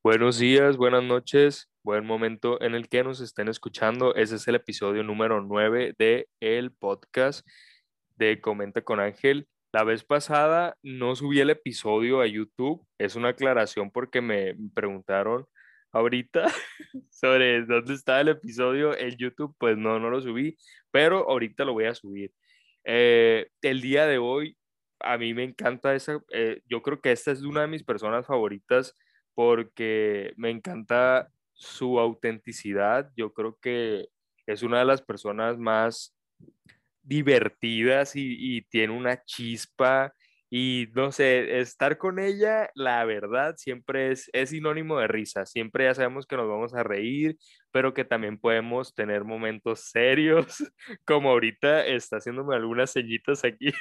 Buenos días, buenas noches, buen momento en el que nos estén escuchando. Ese es el episodio número 9 de el podcast de Comenta con Ángel. La vez pasada no subí el episodio a YouTube. Es una aclaración porque me preguntaron ahorita sobre dónde está el episodio en YouTube. Pues no lo subí, pero ahorita lo voy a subir. El día de hoy, a mí me encanta yo creo que esta es una de mis personas favoritas porque me encanta su autenticidad. Yo creo que es una de las personas más divertidas y tiene una chispa y no sé, estar con ella, la verdad, siempre es sinónimo de risa. Siempre ya sabemos que nos vamos a reír, pero que también podemos tener momentos serios, como ahorita está haciéndome algunas ceñitas aquí.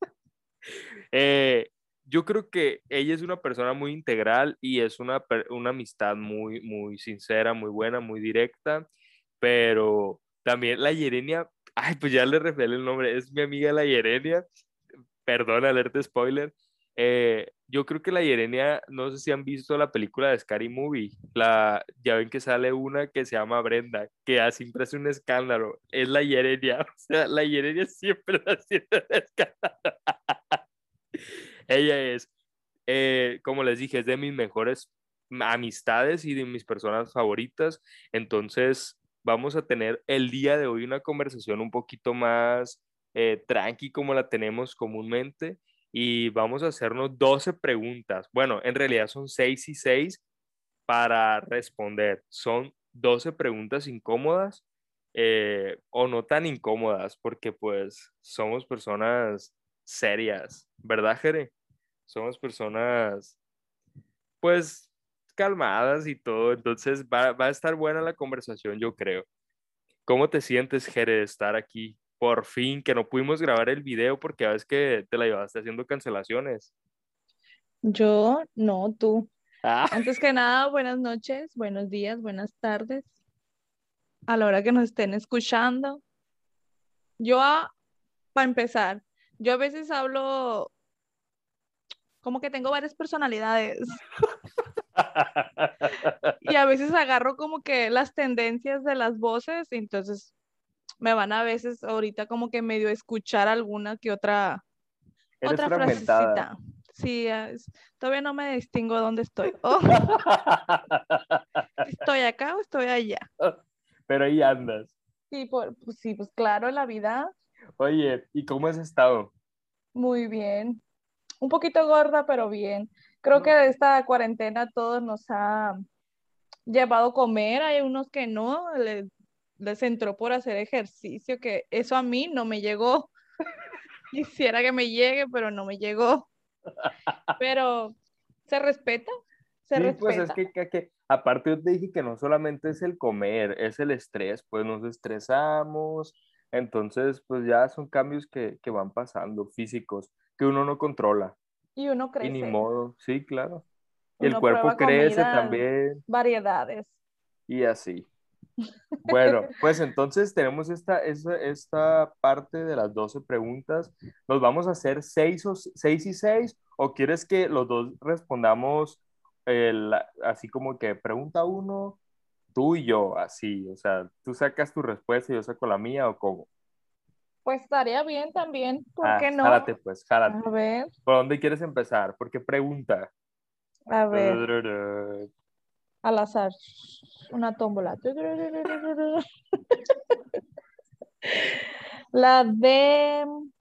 Eh, yo creo que ella es una persona muy integral y es una amistad muy sincera, muy buena, muy directa, pero también la Yerenia, ay, pues ya le revelé el nombre, es mi amiga la Yerenia, perdón, alerta spoiler. Yo creo que la Yerenia, no sé si han visto la película de Scary Movie, ya ven que sale una que se llama Brenda, que siempre hace un escándalo, es la Yerenia, o sea, la Yerenia siempre hace un escándalo. Ella es, como les dije, es de mis mejores amistades y de mis personas favoritas. Entonces, vamos a tener el día de hoy una conversación un poquito más tranqui como la tenemos comúnmente y vamos a hacernos 12 preguntas. Bueno, en realidad son 6 y 6 para responder. Son 12 preguntas incómodas o no tan incómodas porque pues somos personas serias, ¿verdad, Jere? Somos personas, pues, calmadas y todo, entonces va a estar buena la conversación, yo creo. ¿Cómo te sientes, Jere, de estar aquí? Por fin, que no pudimos grabar el video porque ves que te la llevaste haciendo cancelaciones. Yo, no, tú. Ah, Antes que nada, buenas noches, buenos días, buenas tardes, a la hora que nos estén escuchando. Yo, para empezar, yo a veces hablo como que tengo varias personalidades y a veces agarro como que las tendencias de las voces, y entonces me van a veces ahorita como que medio escuchar alguna que eres otra fragmentada. frasecita. Sí, todavía no me distingo dónde estoy. Oh, ¿estoy acá o estoy allá? Pero ahí andas. Sí, pues sí, pues claro, la vida. Oye, ¿y cómo has estado? Muy bien. Un poquito gorda, pero bien. Creo que No. esta cuarentena a todos nos ha llevado a comer. Hay unos que no, les entró por hacer ejercicio, que eso a mí no me llegó. Quisiera que me llegue, pero no me llegó. Pero se respeta, se Sí, pues es respeta. que aparte yo te dije que no solamente es el comer, es el estrés, pues nos estresamos, entonces pues ya son cambios que van pasando, físicos, que uno no controla, Y uno y ni crece, modo, sí, claro. Y el uno cuerpo prueba crece comidas, también, variedades. y así. Bueno, pues entonces tenemos esta parte de las 12 preguntas. ¿Nos vamos a hacer 6 y 6 o quieres que los dos respondamos así como que pregunta uno, tú y yo, así? O sea, tú sacas tu respuesta y yo saco la mía o cómo. Pues estaría bien también, ¿por Ah, qué no? jálate pues, A jálate. ver, ¿Por dónde quieres empezar? ¿Por qué pregunta? a ver, al azar, una tómbola. La de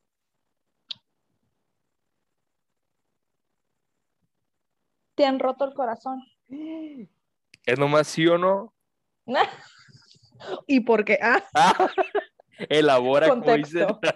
¿te han roto el corazón? ¿Es nomás sí o no? ¿Y por qué? Ah, Ah, elabora como dicen. contexto.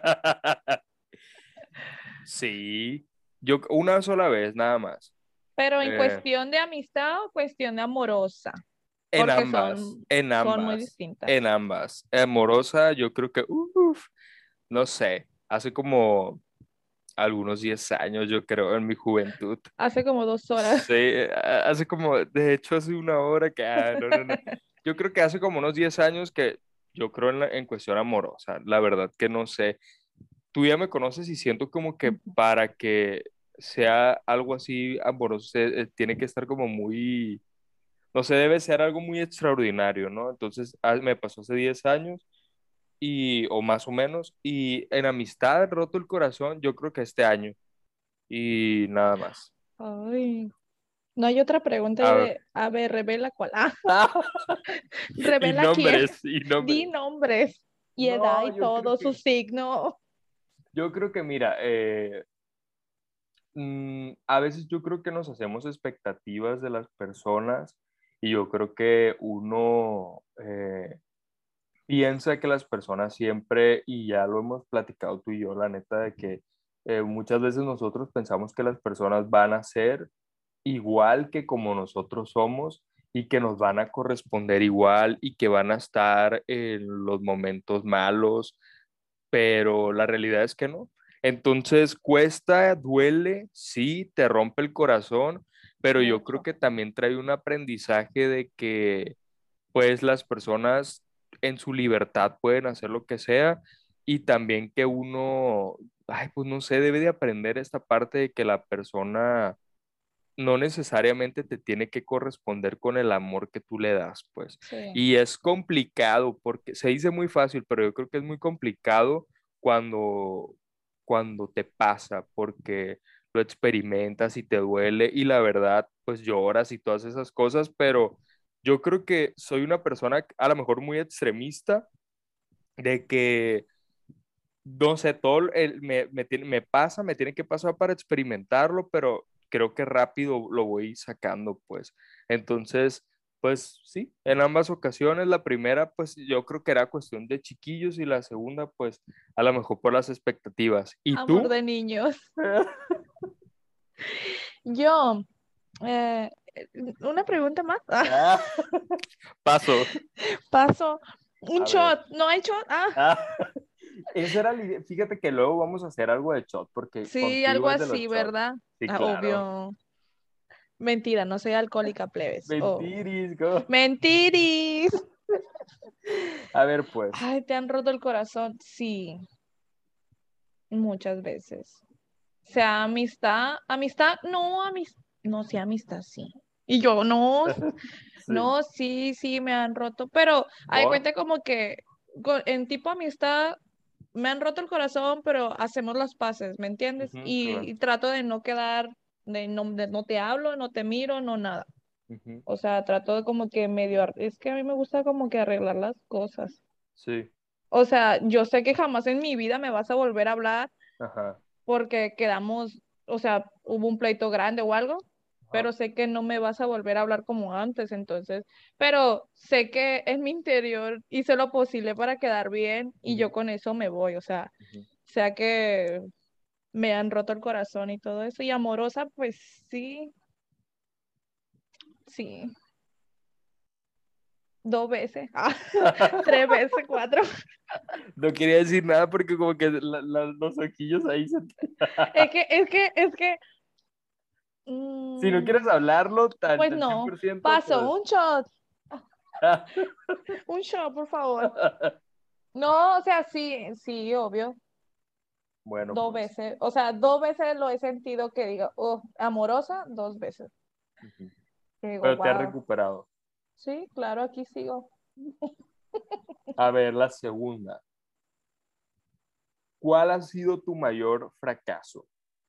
Sí, yo una sola vez nada más. Pero en Eh, cuestión de amistad o cuestión de amorosa, en porque ambas, son, en son muy ambas, distintas. en ambas. Amorosa, yo creo que, no sé, hace como algunos 10 años, yo creo, en mi juventud. Hace como 2 horas. Sí, hace como, de hecho, hace una hora que, no. Yo creo que hace como unos 10 años que yo creo en cuestión amorosa. La verdad que no sé. Tú ya me conoces y siento como que para que sea algo así amoroso, tiene que estar como muy no sé, debe ser algo muy extraordinario, ¿no? Entonces, me pasó hace 10 años o más o menos, y en amistad roto el corazón, yo creo que este año, y nada más. Ay, no hay otra pregunta ahí A ver. de, a ver, revela cuál. Y Revela quién. nombres, y Di nombres. nombres y edad No, y todo, su signo. yo creo que mira, a veces yo creo que nos hacemos expectativas de las personas y yo creo que uno piensa que las personas siempre, y ya lo hemos platicado tú y yo, la neta, de que muchas veces nosotros pensamos que las personas van a ser igual que como nosotros somos y que nos van a corresponder igual y que van a estar en los momentos malos, pero la realidad es que no. Entonces cuesta, duele, sí, te rompe el corazón, pero yo creo Mucho. que también trae un aprendizaje de que pues las personas en su libertad pueden hacer lo que sea y también que uno, ay, pues no sé, debe de aprender esta parte de que la persona no necesariamente te tiene que corresponder con el amor que tú le das, pues. Sí. Y es complicado porque se dice muy fácil, pero yo creo que es muy complicado cuando, cuando te pasa, porque lo experimentas y te duele y la verdad, pues lloras y todas esas cosas, pero yo creo que soy una persona a lo mejor muy extremista de que no sé, me pasa, me tiene que pasar para experimentarlo, pero creo que rápido lo voy sacando, pues. Entonces, pues sí, en ambas ocasiones, la primera, pues yo creo que era cuestión de chiquillos y la segunda, pues a lo mejor por las expectativas. ¿Y Amor tú? de niños. Yo, una pregunta más. Ah, paso. Paso. Un A ver. shot. ¿No hay shot? Ah, esa era la idea. Fíjate que luego vamos a hacer algo de shot, porque Sí, algo contigo es de los así, shots. ¿verdad? Sí, Ah, claro. obvio. Mentira, no soy alcohólica, plebes. Oh. Mentiris, go. Mentiris. A ver, pues. Ay, ¿te han roto el corazón? Sí, muchas veces. Sea amistad, amistad, no, no, sí, amistad, sí. Y yo, no, Sí. no, sí, sí, me han roto, pero hay ¿Por? cuenta como que en tipo amistad me han roto el corazón, pero hacemos las paces, ¿me entiendes? Ujú, Y, claro. y trato de no quedar, de no te hablo, no te miro, no nada. Ujú, O sea, trato de como que medio, es que a mí me gusta como que arreglar las cosas. sí. O sea, yo sé que jamás en mi vida me vas a volver a hablar Ajá. porque quedamos, o sea, hubo un pleito grande o algo, Ajá. pero sé que no me vas a volver a hablar como antes, entonces, pero sé que en mi interior hice lo posible para quedar bien y yo Ujú, con eso me voy, o ujú. sea que me han roto el corazón y todo eso, y amorosa, pues sí, sí, 2 veces, tres veces, cuatro. No quería decir nada porque como que los ojillos ahí se... Es que, Si no quieres mm, hablarlo pues al cien no, por ciento paso, pues... un shot, por favor. No, o sea, sí, sí, obvio, Bueno, dos pues. veces. O sea, 2 veces lo he sentido que digo, oh, amorosa, 2 veces. Ujú. Que digo, Pero te has wow. recuperado. Sí, claro, aquí sigo. A ver, la segunda. ¿Cuál ha sido tu mayor fracaso?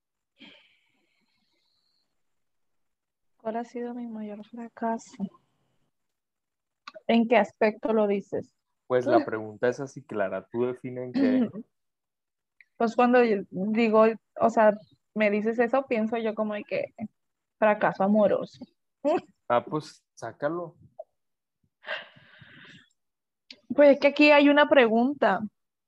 ¿Cuál ha sido mi mayor fracaso? ¿En qué aspecto lo dices? Pues la pregunta es así clara. Tú definen qué. Pues cuando yo digo, o sea, me dices eso, pienso yo como de que fracaso amoroso. Ah, pues sácalo. Pues es que aquí hay una pregunta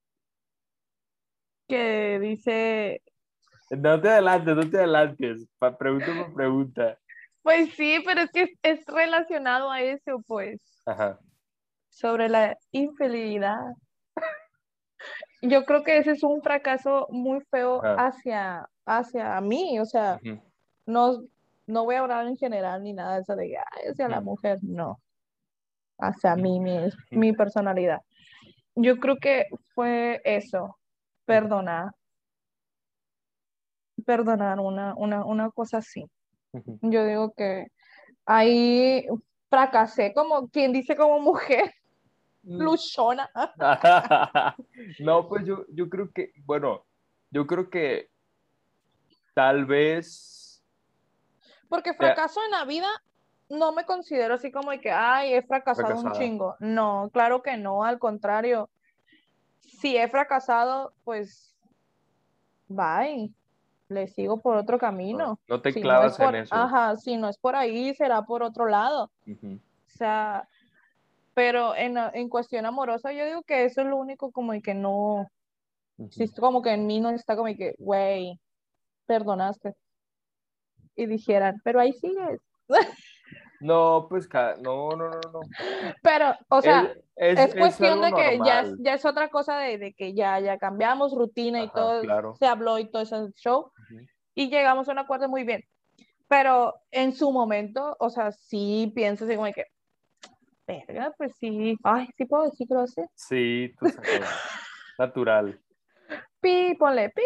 que dice, No te adelantes, no te adelantes. Pregunta por pregunta. pues sí, pero es que es relacionado a eso, pues, Ajá. sobre la infidelidad. Yo creo que ese es un fracaso muy feo Ajá. hacia mí, o sea, Ujú, no, no voy a hablar en general ni nada de eso de que, "Ay, hacia la ujú, mujer, no, hacia mí, ujú, mi personalidad. Yo creo que fue eso, ujú, perdonar, perdonar una cosa así. ujú, Yo digo que ahí, fracasé como, quien dice como mujer, luchona. No, pues yo creo que, bueno, yo creo que tal vez, Porque ya, fracaso en la vida no me considero así como de que, ay, he fracasado un fracasada. chingo. No, claro que no, al contrario. Si he fracasado, pues, bye, le sigo por otro No, camino. no te Si no es clavas en por, eso. ajá, si no es por ahí, será por otro lado. Ujú, O sea, pero en cuestión amorosa, yo digo que eso es lo único como de que no, si ujú. es como que en mí no está como de que, güey, perdonaste. Y dijeran, pero ahí sigues. No, pues, no. Pero, o Es, sea, es, es es cuestión algo de que normal. ya es otra cosa de que ya cambiamos rutina y Ajá, todo, claro. se habló y todo ese show, Ujú. y llegamos a un acuerdo muy bien. Pero en su momento, o sea, sí piensas así como de que, verga, pues sí, ay, sí puedo decir groserías. Sí, tú sacas. Natural. Pi, ponle pi.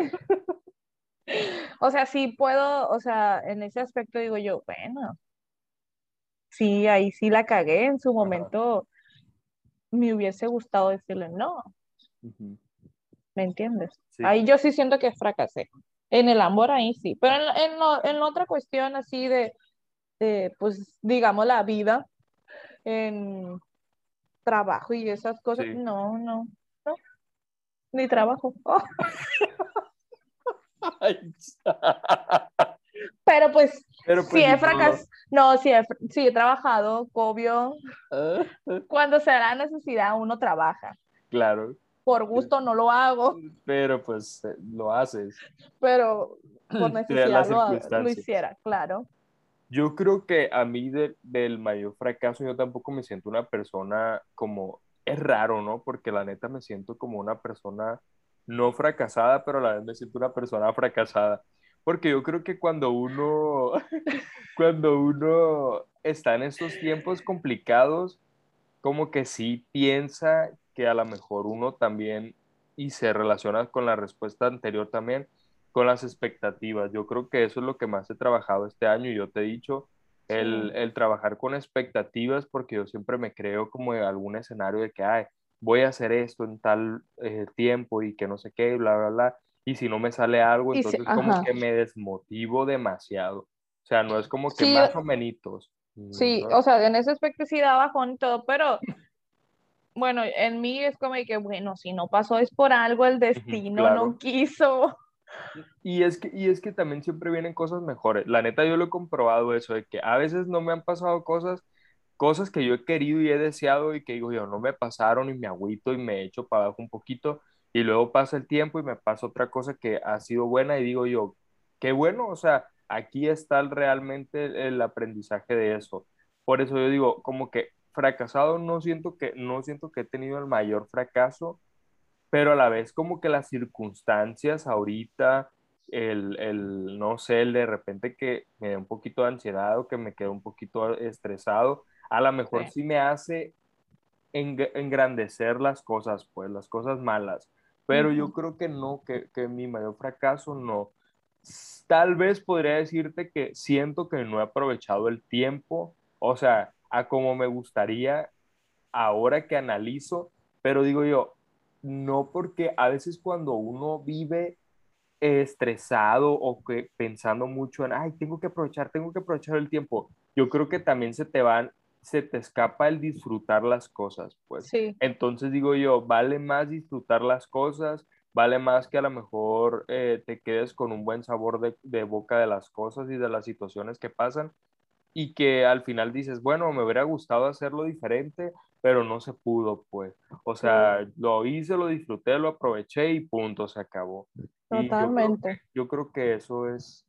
O sea, sí puedo, o sea, en ese aspecto digo yo, bueno, sí, ahí sí la cagué, en su Ajá. momento me hubiese gustado decirle no, Ujú. ¿me entiendes? Sí. Ahí yo sí siento que fracasé. En el amor ahí sí, pero en la otra cuestión así pues, digamos, la vida, en trabajo y esas cosas, Sí. no, ni trabajo. Oh, Ay, pero pues, pero sí pues ni he modo. fracasado, no, sí he trabajado, obvio, Ah, cuando se da necesidad uno trabaja. claro. Por gusto no lo hago, Pero pues lo haces. pero por Te dan necesidad las lo circunstancias. hiciera, claro. Yo creo que a mí del mayor fracaso yo tampoco me siento una persona como, es raro, ¿no? Porque la neta me siento como una persona no fracasada, pero a la vez me siento una persona fracasada. Porque yo creo que cuando uno está en estos tiempos complicados, como que sí piensa que a lo mejor uno también, y se relaciona con la respuesta anterior también, con las expectativas. Yo creo que eso es lo que más he trabajado este año y yo te he dicho, Sí. el trabajar con expectativas, porque yo siempre me creo como en algún escenario de que, ay, voy a hacer esto en tal tiempo y que no sé qué, bla, bla, bla. Y si no me sale algo, Y sí, entonces como ajá. que me desmotivo demasiado. O sea, no es como que Sí, más o menos, sí, ¿no? o sea, en ese aspecto sí da bajón y todo, pero bueno, en mí es como de que, bueno, si no pasó es por algo, el Ujú, destino no claro. quiso. Y es que también siempre vienen cosas mejores. La neta, yo lo he comprobado eso, de que a veces no me han pasado cosas que yo he querido y he deseado y que digo yo, no me pasaron y me agüito y me echo para abajo un poquito y luego pasa el tiempo y me pasa otra cosa que ha sido buena y digo yo, qué bueno, o sea, aquí está realmente el aprendizaje de eso. Por eso yo digo, como que fracasado no siento que he tenido el mayor fracaso, pero a la vez como que las circunstancias ahorita, no sé, el de repente que me dé un poquito de ansiedad o que me quede un poquito estresado, a lo mejor Sí. sí me hace engrandecer las cosas, pues, las cosas malas. Pero yo Ujú. creo que no, que mi mayor fracaso no. Tal vez podría decirte que siento que no he aprovechado el tiempo, o sea, a como me gustaría ahora que analizo, pero digo yo, no porque a veces cuando uno vive estresado o que pensando mucho en, ay, tengo que aprovechar el tiempo, yo creo que también se te escapa el disfrutar las cosas, pues. Sí, Entonces digo yo, vale más disfrutar las cosas, vale más que a lo mejor te quedes con un buen sabor de boca de las cosas y de las situaciones que pasan y que al final dices, bueno, me hubiera gustado hacerlo diferente, pero no se pudo, pues. O sí, sea, lo hice, lo disfruté, lo aproveché y punto, se acabó. Y totalmente. yo creo que eso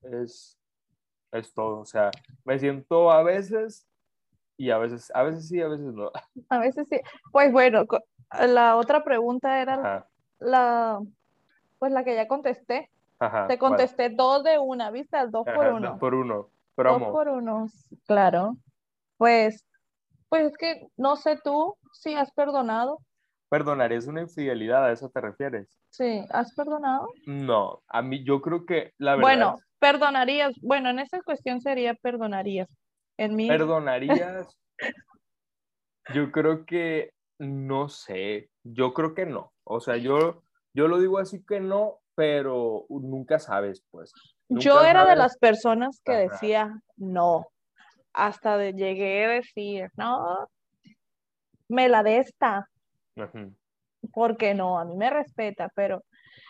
es todo. O sea, me siento a veces y a veces sí, a veces no. A veces sí. Pues bueno, la otra pregunta era Ajá, la, pues la que ya contesté. ajá, Te ¿cuál? contesté dos de una, ¿viste? Al dos por Ajá, dos uno. por uno. Dos Promo. por uno, claro. Pues, pues es que no sé tú si has perdonado. ¿Perdonarías una infidelidad? ¿A eso te refieres? Sí, ¿has perdonado? No, a mí yo creo que la verdad Bueno, es, perdonarías. Bueno, en esa cuestión sería perdonarías. En mí, perdonarías. Yo creo que, no sé, yo creo que no. O sea, yo lo digo así que no, pero nunca sabes, pues. Yo Nunca era de sabes. las personas que Ajá. decía no, hasta llegué a decir, no, me la de esta, Ujú, porque no, a mí me respeta, pero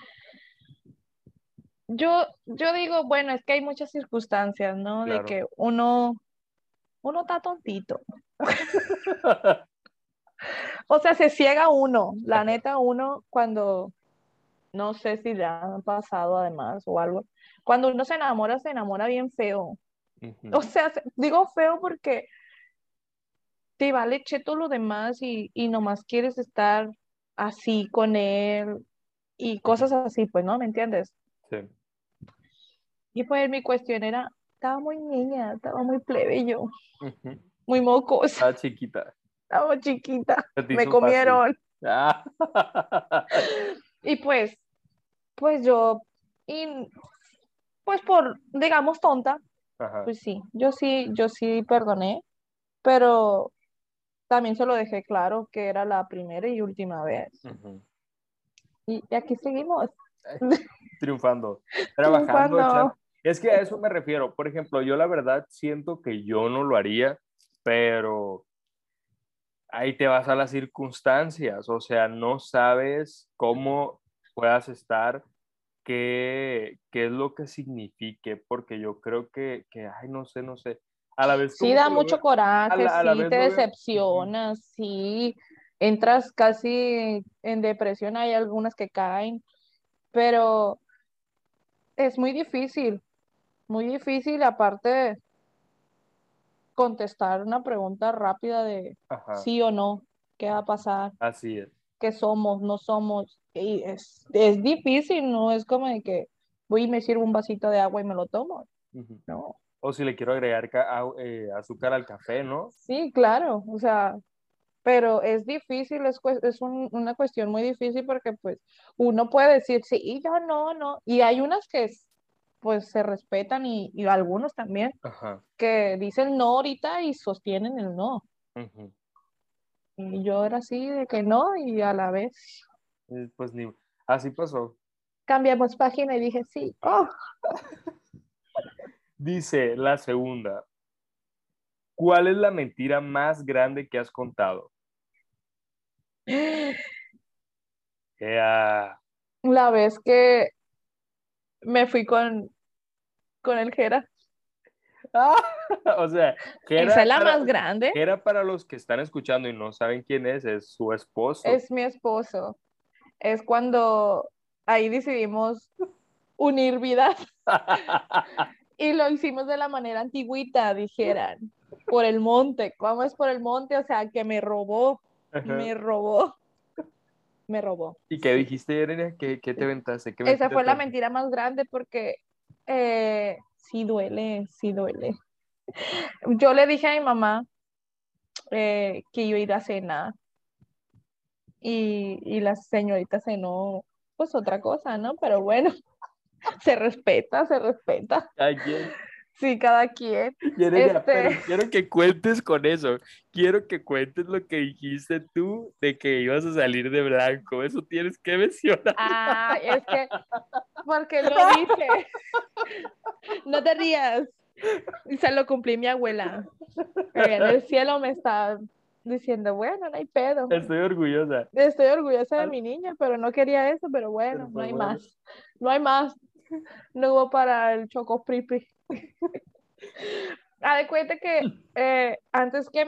yo digo, bueno, es que hay muchas circunstancias, ¿no? De claro. que uno está tontito. O sea, se ciega uno, la Ajá, neta, uno cuando, no sé si le han pasado además o algo, cuando uno se enamora bien feo. O ujú, sea, digo feo porque te vale cheto lo demás y nomás quieres estar así con él y ujú, cosas así, pues, ¿no? ¿Me entiendes? sí. Y pues mi cuestión era, estaba muy niña, estaba muy plebeyo, Ujú. muy mocosa, Estaba chiquita. estaba muy chiquita, Se te me hizo fácil. comieron. Ah. Y pues yo, y pues por, digamos, tonta, Ajá. pues sí, yo sí perdoné, pero también se lo dejé claro que era la primera y última vez. Ujú. Y aquí seguimos, Triunfando, trabajando, triunfando. Es que a eso me refiero. Por ejemplo, yo la verdad siento que yo no lo haría, pero ahí te vas a las circunstancias, o sea, no sabes cómo puedas estar, qué es lo que signifique, porque yo creo ay, no sé, no sé, a la vez Sí como da que lo mucho veo, coraje, a la sí vez te lo veo. Ujú. decepcionas, sí entras casi en depresión, hay algunas que caen, pero es muy difícil aparte contestar una pregunta rápida de Ajá, sí o no, qué va a pasar, así es. qué somos, no somos, y es difícil, no es como de que voy y me sirvo un vasito de agua y me lo tomo, Ujú. no. O si le quiero agregar azúcar al café, ¿no? Sí, claro, o sea, pero es difícil, es una cuestión muy difícil porque pues uno puede decir sí y yo no, no, y hay unas que pues se respetan y algunos también Ajá. que dicen no ahorita y sostienen el no. Ujú. Y yo era así de que no y a la vez Pues ni, así pasó. cambiamos página y dije sí. Oh. Dice la segunda, ¿cuál es la mentira más grande que has contado? Ea. La vez que me fui con el Jera, Ah, o sea, esa es la más grande, que era para los que están escuchando y no saben quién es su esposo. es mi esposo. Es cuando ahí decidimos unir vidas. Y lo hicimos de la manera antigüita, dijeran, por el monte. ¿Cómo es por el monte? O sea, que Ajá. me robó, me robó. ¿Y qué Sí. dijiste, Irene? ¿Qué te aventaste? ¿Qué Esa mentira fue te la aventaste? mentira más grande porque sí duele, sí duele. Yo le dije a mi mamá que iba a ir a cenar y la señorita cenó pues otra cosa, ¿no? Pero bueno, se respeta, se respeta. ¿A quién? Sí, cada quien. Irene, pero Este, quiero que cuentes con eso. Quiero que cuentes lo que dijiste tú de que ibas a salir de blanco. Eso tienes que mencionar. es que porque lo dije, no te rías. Y se lo cumplí mi abuela. Allá en el cielo me está diciendo, bueno, no hay pedo. Estoy orgullosa. Estoy orgullosa de Al- mi niña, pero no quería eso, pero Pero bueno, no pues hay bueno. más. No hay más. No hubo para el choco pripi. Ah, de cuenta que antes que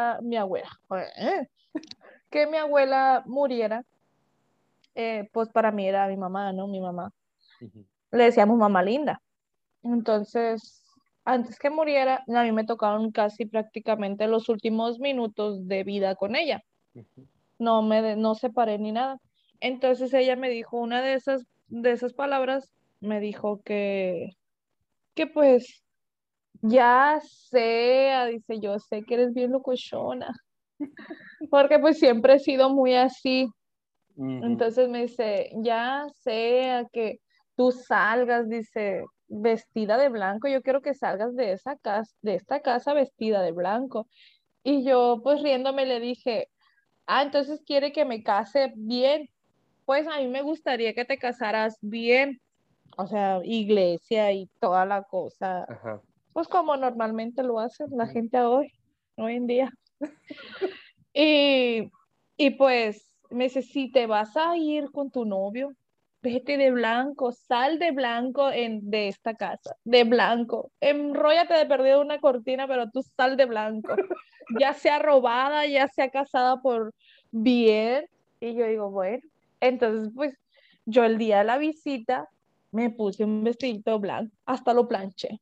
que mi abuela muriera, pues para mí era mi mamá, ¿no? Mi mamá. Ujú, Le decíamos mamá linda. Entonces, antes que muriera, a mí me tocaron casi prácticamente los últimos minutos de vida con ella. ujú. No separé ni nada. Entonces ella me dijo una de esas palabras, me dijo que pues ya sea, dice, yo sé que eres bien locochona, porque pues siempre he sido muy así. Ujú. Entonces me dice, ya sea que tú salgas, dice, vestida de blanco, yo quiero que salgas de esa casa, de esta casa vestida de blanco. Y yo, pues riéndome, le dije, entonces quiere que me case bien. Pues a mí me gustaría que te casaras bien, o sea, iglesia y toda la cosa, Ajá. pues como normalmente lo hace la Ujú. gente hoy en día. Y, y pues me dice, si te vas a ir con tu novio, vete de blanco, sal de blanco de esta casa, de blanco. Enróllate de perdido una cortina, pero tú sal de blanco. Ya sea robada, ya sea casada por bien. Y yo digo, bueno, entonces pues yo el día de la visita me puse un vestidito blanco, hasta lo planché.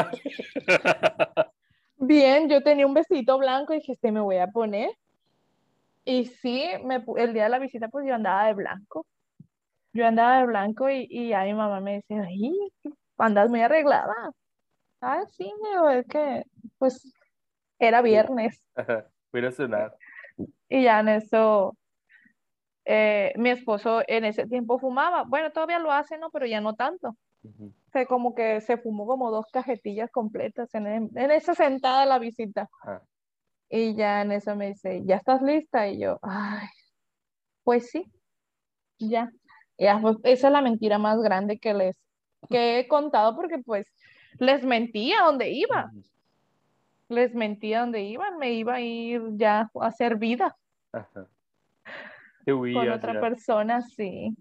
Bien, yo tenía un vestidito blanco y dije, me voy a poner. Y sí, el día de la visita, pues yo andaba de blanco. Yo andaba de blanco y ya mi mamá me dice, ay, andas muy arreglada. Sí, digo, es que, pues, era viernes. Ajá. Voy a ir a cenar. Y ya en eso, mi esposo en ese tiempo fumaba. Bueno, todavía lo hace, ¿no? Pero ya no tanto. Ujú. Como que se fumó como 2 cajetillas completas en esa sentada de la visita. Ajá. Y ya en eso me dice, ¿ya estás lista? Y yo, ay, pues sí. Ya, ya, pues, esa es la mentira más grande que he contado porque pues les mentía dónde iba, Ujú. les mentía dónde iban, me iba a ir ya a hacer vida Ajá. Te con huías otra ya. persona, sí.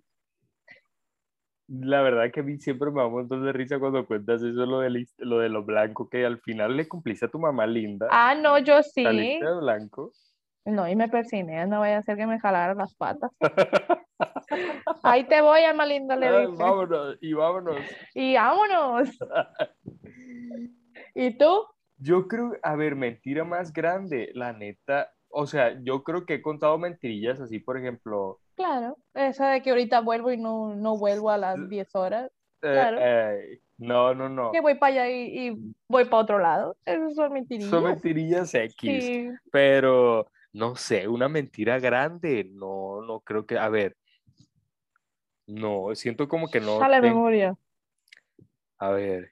La verdad que a mí siempre me da un montón de risa cuando cuentas eso, lo de lo blanco, que al final le cumpliste a tu mamá linda. No, yo Saliste sí. de blanco. No, y me persiné, no vaya a ser que me jalaran las patas. Ahí te voy, alma linda, le Ay, dije. vámonos, y vámonos. Y vámonos. ¿Y tú? Yo creo, a ver, mentira más grande, la neta, o sea, yo creo que he contado mentirillas así, por ejemplo, Claro, esa de que ahorita vuelvo y no vuelvo a las 10 horas. Claro. no, no, no, Que voy para allá y voy para otro lado. Esas son son mentirillas. mentirillas X, Sí, pero no sé, una mentira grande, no, no creo que, a ver, no, siento como que no a la tengo, memoria, a ver,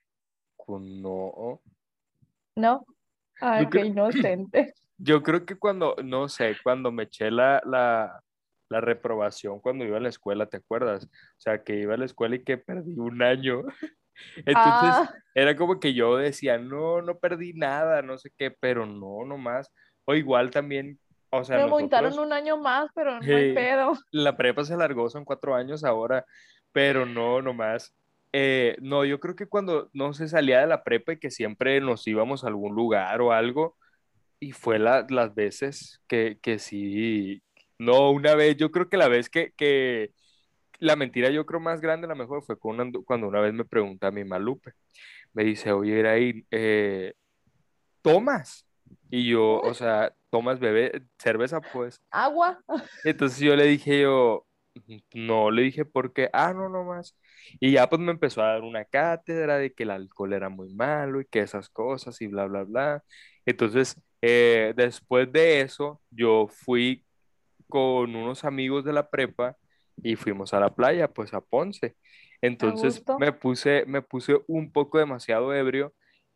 no, ¿no? yo Ay, qué creo, inocente. yo creo que cuando, no sé, cuando me eché la reprobación cuando iba a la escuela, ¿te acuerdas? O sea, que iba a la escuela y que perdí un año. Entonces, Ah, era como que yo decía, no, no perdí nada, no sé qué, pero no, no más. O igual también, o sea, me aumentaron nosotros, un año más, pero no hay eh, pedo. la prepa se alargó, son 4 años ahora, pero no, no más. No, yo creo que cuando no se salía de la prepa y que siempre nos íbamos a algún lugar o algo, y fue las veces que sí, no, una vez, yo creo que la vez que la mentira yo creo más grande, la mejor fue cuando una vez me pregunta a mi Malupe, me dice, oye, Iraí, ¿tomas? Y yo, o sea, ¿tomas bebé, cerveza pues? Agua. Entonces yo le dije yo, no, le dije porque, no, no más. Y ya pues me empezó a dar una cátedra de que el alcohol era muy malo y que esas cosas y bla, bla, bla. Entonces, después de eso, yo fui con unos amigos de la prepa y fuimos a la playa, pues a Ponce. A Entonces gusto. me puse un poco demasiado ebrio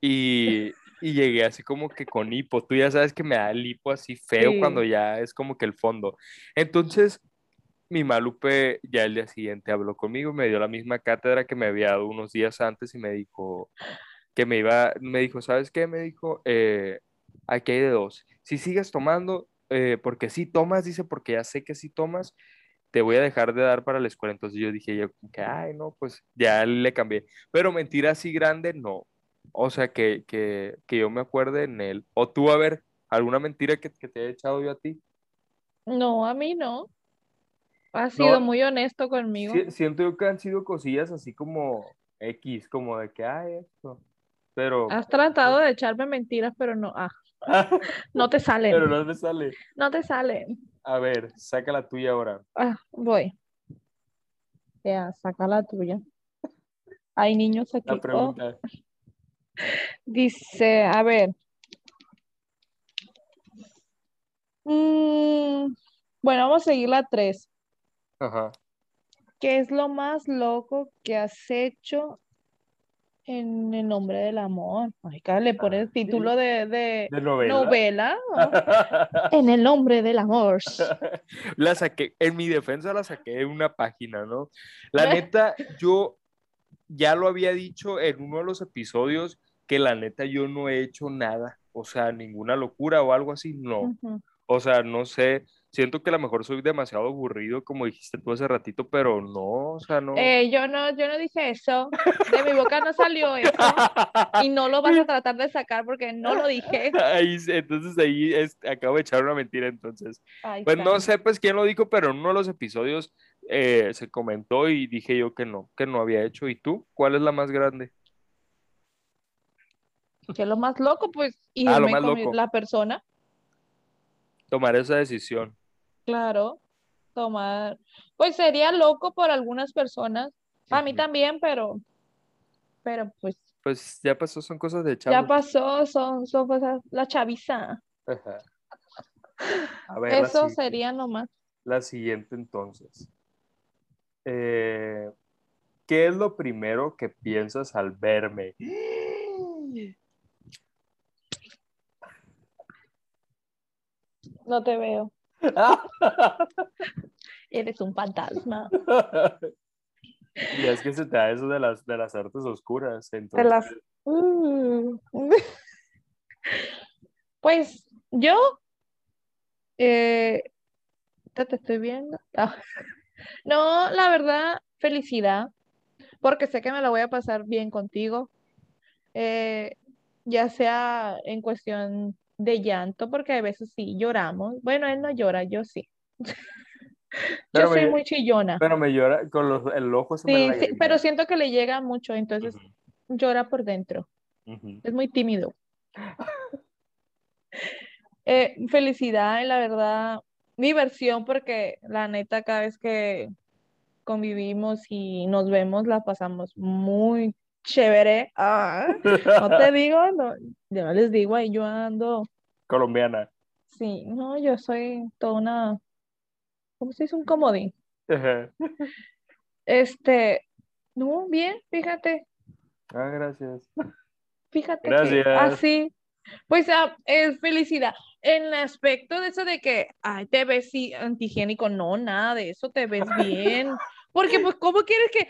y llegué así como que con hipo. Tú ya sabes que me da el hipo así feo cuando Sí. ya es como que el fondo. Entonces, mi Malupe ya el día siguiente habló conmigo, me dio la misma cátedra que me había dado unos días antes y me dijo que me dijo, ¿sabes qué? Me dijo, aquí hay de dos. Si sigues tomando, porque si tomas, dice, porque ya sé que si tomas, te voy a dejar de dar para la escuela. Entonces yo dije, yo, como que, ay, no, pues ya le cambié. Pero mentira así grande, no. O sea, que yo me acuerde en él. O tú, a ver, alguna mentira que te haya echado yo a ti. No, a mí no. Has sido No, muy honesto conmigo. siento yo que han sido cosillas así como X, como de que, ay, esto. Pero, Has tratado de echarme mentiras, pero no, no te salen. pero no me sale. No te salen. A ver, saca la tuya ahora. Voy. Ya, saca la tuya. Hay niños La aquí. Oh, pregunta. dice, a ver. mm, bueno, vamos a seguir la 3. Ajá. ¿Qué es lo más loco que has hecho En el nombre del amor. Ay, cara, le pone el título ¿Sí? de ¿De novela? novela. En el nombre del amor. La saqué, en mi defensa la saqué de una página, ¿no? La neta, yo ya lo había dicho en uno de los episodios que la neta yo no he hecho nada, o sea, ninguna locura o algo así, no. Ujú. O sea, no sé, siento que a lo mejor soy demasiado aburrido, como dijiste tú hace ratito, pero no, o sea, no. Yo no dije eso. De mi boca no salió eso. Y no lo vas a tratar de sacar porque no lo dije. Entonces ahí acabo de echar una mentira, entonces. Ahí Pues no está. sé pues quién lo dijo, pero en uno de los episodios se comentó y dije yo que no había hecho. ¿Y tú? ¿Cuál es la más grande? Que es lo más loco, pues Ah, lo irme más con loco, la persona. tomar esa decisión. Claro, tomar. Pues sería loco por algunas personas. A mí Ujú. también, pero pues Pues ya pasó, son cosas de ya chavos. pasó, son cosas, la chaviza. Ajá. A ver, Eso sería nomás. la siguiente entonces. Eh, ¿Qué es lo primero que piensas al verme? No te veo. Eres un fantasma. Y es que se te da eso de las artes oscuras, De entonces. las... Mm. Pues yo eh, te estoy viendo. Ah. No, la verdad, felicidad, porque sé que me la voy a pasar bien contigo, eh, ya sea en cuestión de llanto, porque a veces sí lloramos. Bueno, él no llora, yo sí. Yo Pero soy me, muy chillona. pero me llora, con el ojo se me Sí, sí, pero lagrimea. siento que le llega mucho, entonces Ujú, llora por dentro. ujú. Es muy tímido. Felicidad, la verdad, diversión, porque la neta, cada vez que convivimos y nos vemos, la pasamos muy chévere. Ah, no te digo, no, yo no les digo, ahí yo ando, Colombiana. sí, no, yo soy toda una, ¿cómo se dice? Un comodín. Ajá. Este, no, bien, Ah, gracias. fíjate que Gracias. así, pues es felicidad. En el aspecto de eso de que, ay, te ves sí, antihigiénico, no, nada de eso, te ves bien. Porque, pues, ¿cómo quieres que,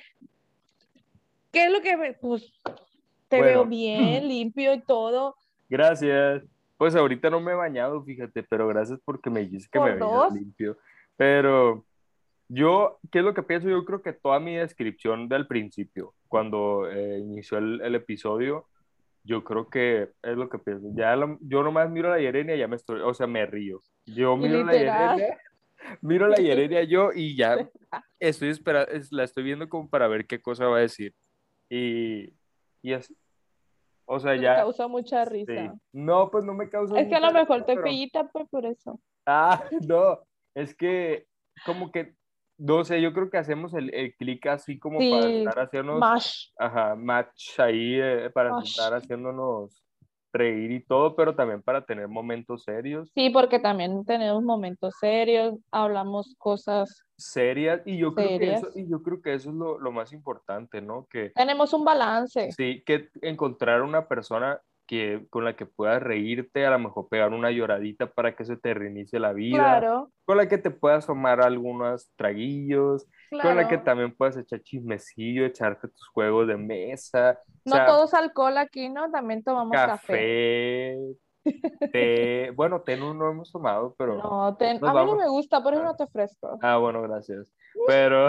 qué es lo que, pues, te veo Bueno, bien, limpio y todo, gracias. Pues ahorita no me he bañado, fíjate, pero gracias porque me dijiste que me por veías dos? limpio. Pero yo, ¿qué es lo que pienso? Yo creo que toda mi descripción del principio, cuando inició el episodio, yo creo que es lo que pienso. Yo nomás miro a la Yerenia y ya me estoy, o sea, me río. Yo Y miro a la literal, Yerenia, miro a la Yerenia yo y ya estoy esperando, la estoy viendo como para ver qué cosa va a decir. Y, y así, o sea, me ya, causa mucha sí. risa. No, pues no me causas Es que a mucha lo mejor risa, te pero, pillita, pues por eso. no, es que como que, no sé, yo creo que hacemos el clic así como para Sí, estar haciéndonos, mash, ajá, match ahí, para mash. estar haciéndonos reír y todo, pero también para tener momentos serios, Sí, porque también tenemos momentos serios, hablamos cosas serias, serias. y yo creo que eso es lo más importante, ¿no? Que Tenemos un balance, sí, que encontrar una persona con la que puedas reírte, a lo mejor pegar una lloradita para que se te reinicie la vida, claro, con la que te puedas tomar algunos traguillos, con la que claro. también puedas echar chismecillo, echarte tus juegos de mesa, o No sea, todo es alcohol aquí, ¿no? También tomamos café. café, té, bueno, té no hemos tomado, pero No, nos a mí no vamos. me gusta, por eso Ah, no te ofrezco. bueno, gracias. Pero,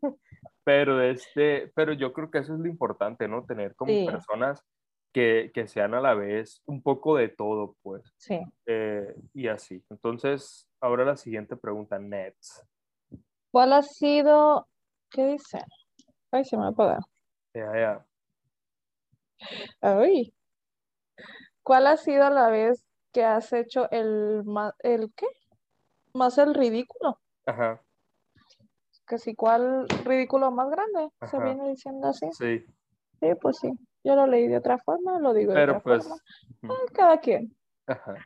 pero yo creo que eso es lo importante, ¿no? Tener como Sí, personas que sean a la vez un poco de todo, pues. sí. Y así. Entonces, ahora la siguiente pregunta, Nets. ¿Cuál ha sido? ¿Qué dice? Ay, se me va a apagar. Ya, ya. Ay. ¿Cuál ha sido la vez que has hecho el qué? Más el ridículo. Ajá, Que si cuál ridículo más grande, se ajá. viene diciendo así. Sí, Sí, pues sí. Yo lo leí de otra forma, lo digo de pero otra forma. pues, ujú, Cada quien. ajá.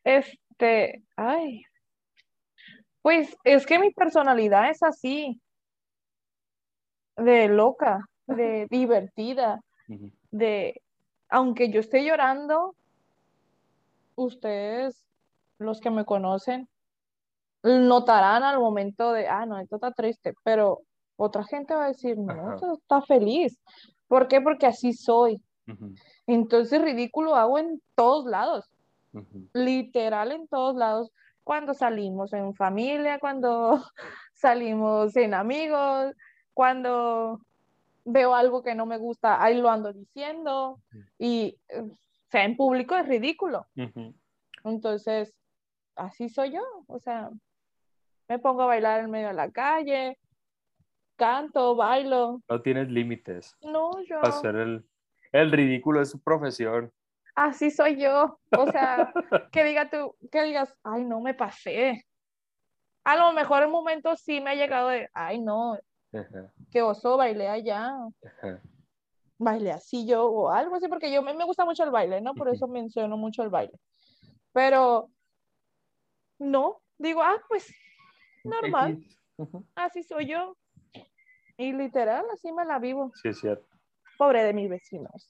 Ay, pues es que mi personalidad es así, de loca, de divertida. Ujú. de, aunque yo esté llorando, ustedes, los que me conocen, notarán al momento de, no, esto está triste, pero otra gente va a decir, no, Ajá. esto está feliz. ¿Por qué? Porque así soy. Ujú, Entonces, ridículo hago en todos lados, ujú, literal en todos lados. Cuando salimos en familia, cuando salimos en amigos, cuando veo algo que no me gusta, ahí lo ando diciendo y sea en público es ridículo. ujú. Entonces, así soy yo, o sea, me pongo a bailar en medio de la calle, canto, bailo. No tienes límites No, para yo, hacer el ridículo de su profesión. así soy yo. O sea, que diga tú, que digas, ay, no me pasé. A lo mejor en momentos sí me ha llegado de, ay, no, Ajá, qué oso, bailé allá, ajá. bailé así yo, o algo así, porque yo me gusta mucho el baile, ¿no? Por Ujú. eso menciono mucho el baile. Pero no, digo, pues normal, X. Ujú. así soy yo. Y literal, así me la vivo. Sí, es cierto. Pobre de mis vecinos,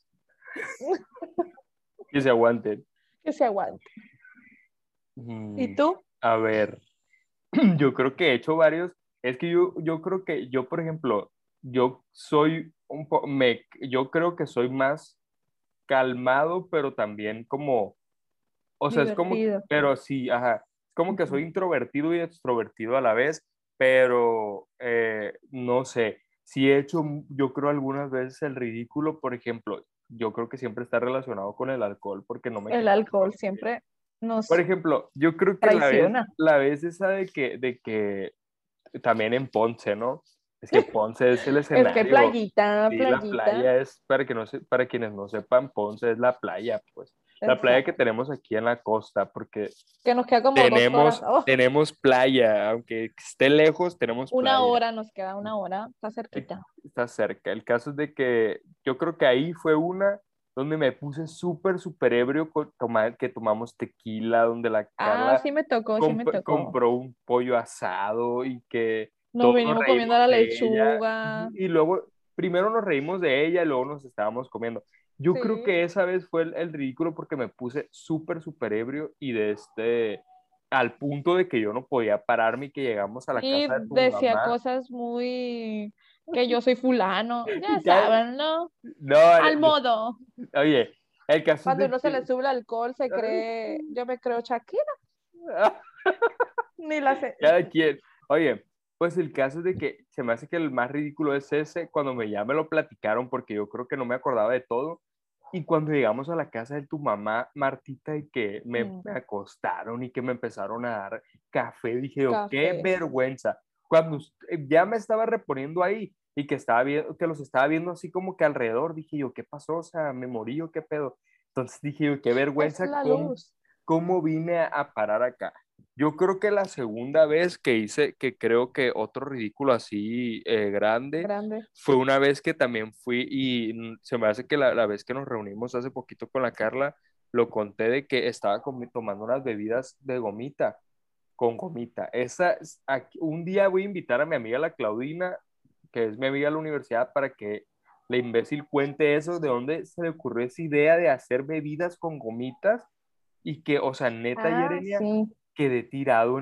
Que se aguanten. que se aguante. ¿Y Mm, tú? a ver, yo creo que he hecho varios. Es que yo creo que yo, por ejemplo, yo soy yo creo que soy más calmado, pero también como, o sea, es como, Divertido. pero sí, ajá, es como que Ujú. soy introvertido y extrovertido a la vez, pero no sé, sí he hecho, yo creo algunas veces el ridículo, por ejemplo, yo creo que siempre está relacionado con el alcohol, porque no me El queda de alcohol otra. siempre Por nos ejemplo, yo creo que traiciona. la vez esa de que también en Ponce, ¿no? Es que Ponce es el Es que escenario. playita, Sí, la playita. playa es, para quienes no sepan, Ponce es la playa, pues. La playa que Exacto. tenemos aquí en la costa, porque Que nos queda como 2 horas. tenemos, Oh, tenemos playa, aunque esté lejos, tenemos una playa. hora, nos queda una hora, está cerquita. Está cerca. El caso es de que yo creo que ahí fue una donde me puse súper, súper ebrio que tomamos tequila, donde la Carla Sí me tocó, sí me tocó. compró un pollo asado y que Nos todos nos venimos comiendo reímos la de ella. lechuga. Y luego, primero nos reímos de ella y luego nos estábamos comiendo. Yo creo Sí. que esa vez fue el ridículo porque me puse súper, súper ebrio y al punto de que yo no podía pararme y que llegamos a la Sí, casa de tu decía mamá. cosas muy que yo soy fulano, ya Ya, saben, ¿no? no, Al modo. oye, el caso es Cuando de uno se le que... sube el alcohol, se cree, yo me creo Shakira, ni la sé. Cada quien. Oye, pues el caso es de que se me hace que el más ridículo es ese, cuando ya me lo platicaron, porque yo creo que no me acordaba de todo, y cuando llegamos a la casa de tu mamá, Martita, y que Mm, me acostaron y que me empezaron a dar café, dije yo, qué café. vergüenza. Cuando ya me estaba reponiendo ahí y que estaba viendo, que los estaba viendo así como que alrededor, dije yo, ¿qué pasó? O sea, ¿me morí o qué pedo? Entonces dije yo, qué Es vergüenza, la luz. cómo vine a parar acá. Yo creo que la segunda vez que hice, que creo que otro ridículo así grande, Grande. fue una vez que también fui y se me hace que la vez que nos reunimos hace poquito con la Carla, lo conté de que estaba tomando unas bebidas de gomita, con gomita. Un día voy a invitar a mi amiga la Claudina, que es mi amiga de la universidad, para que la imbécil cuente eso, de dónde se le ocurrió esa idea de hacer bebidas con gomitas y que, o sea, neta, Yerenia, Sí. quedé tirado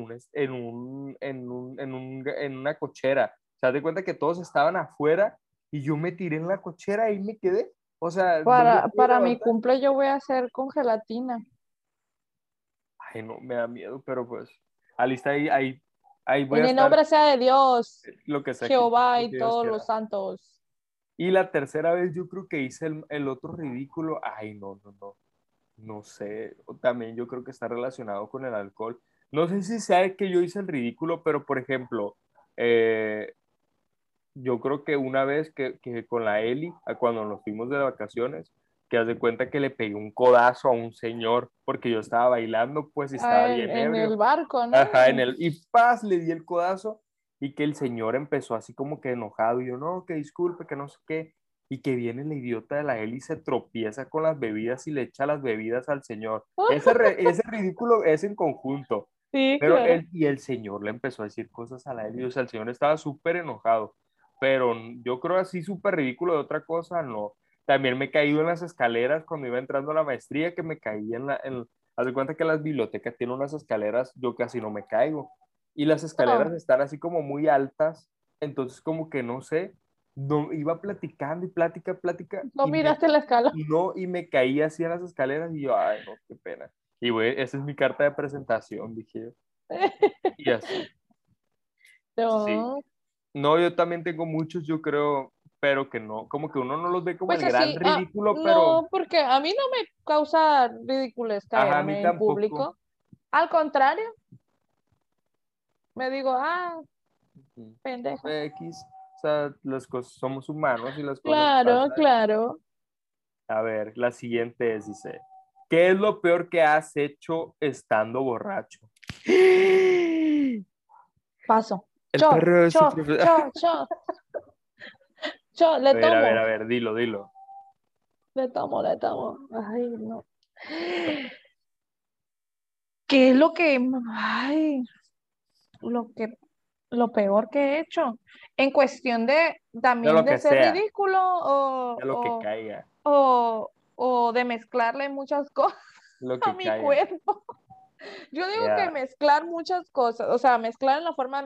en una cochera. O sea, de cuenta que todos estaban afuera y yo me tiré en la cochera y me quedé. O sea, no me pude Para mi levantar. cumple yo voy a hacer con gelatina. Ay, no, me da miedo, pero pues, alista ahí voy En a el estar nombre sea de Dios, lo que sea Jehová lo y que Dios todos los quiera. santos. Y la tercera vez yo creo que hice el otro ridículo. Ay, no, no, no. No sé, también yo creo que está relacionado con el alcohol. No sé si sea que yo hice el ridículo, pero por ejemplo, eh, yo creo que una vez que con la Eli, cuando nos fuimos de vacaciones, que haz de cuenta que le pegué un codazo a un señor porque yo estaba bailando, pues y estaba bien En ebrio. el barco, ¿no? Ajá, y paz, le di el codazo y que el señor empezó así como que enojado y yo, no, que disculpe, que no sé qué, y que viene el idiota de la Eli y se tropieza con las bebidas y le echa las bebidas al señor. Ese ridículo es en conjunto, Sí, pero claro. el señor le empezó a decir cosas a la Eli, o sea, el señor estaba súper enojado, pero yo creo así súper ridículo de otra cosa, no. También me he caído en las escaleras cuando iba entrando a la maestría, que me caí haz de cuenta que las bibliotecas tienen unas escaleras, yo casi no me caigo. Y las escaleras No, están así como muy altas, entonces como que no sé, no, iba platicando y plática, no miraste la escala. y me caí así en las escaleras y yo, ay, no, qué pena. Y güey, esa es mi carta de presentación, dije yo. Y así, sí. No, No, yo también tengo muchos, yo creo, pero que no, como que uno no los ve como pues el gran así, ridículo, pero, no, porque a mí no me causa ridículo ajá, a mí caerme en tampoco. público. Al contrario, me digo, Ujú. pendeja. X, o sea, las cosas, somos humanos y las cosas Claro, pasan. claro. A ver, la siguiente es, dice, ¿qué es lo peor que has hecho estando borracho? Paso. El Cho, perro de su cho, profesor. cho, cho, cho, A ver, dilo. le tomo, le tomo. Ay, no. ¿Qué es lo que, ay, lo que, lo peor que he hecho? En cuestión de De también lo de que ser sea, ridículo de lo que caiga, o de mezclarle muchas cosas lo a que mi caiga. cuerpo. Yo digo que Ya, mezclar muchas cosas, o sea, mezclar en la forma,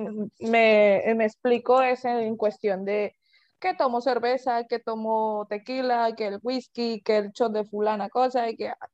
me explico, es en cuestión de que tomo cerveza, que tomo tequila, que el whisky, que el shot de fulana cosa,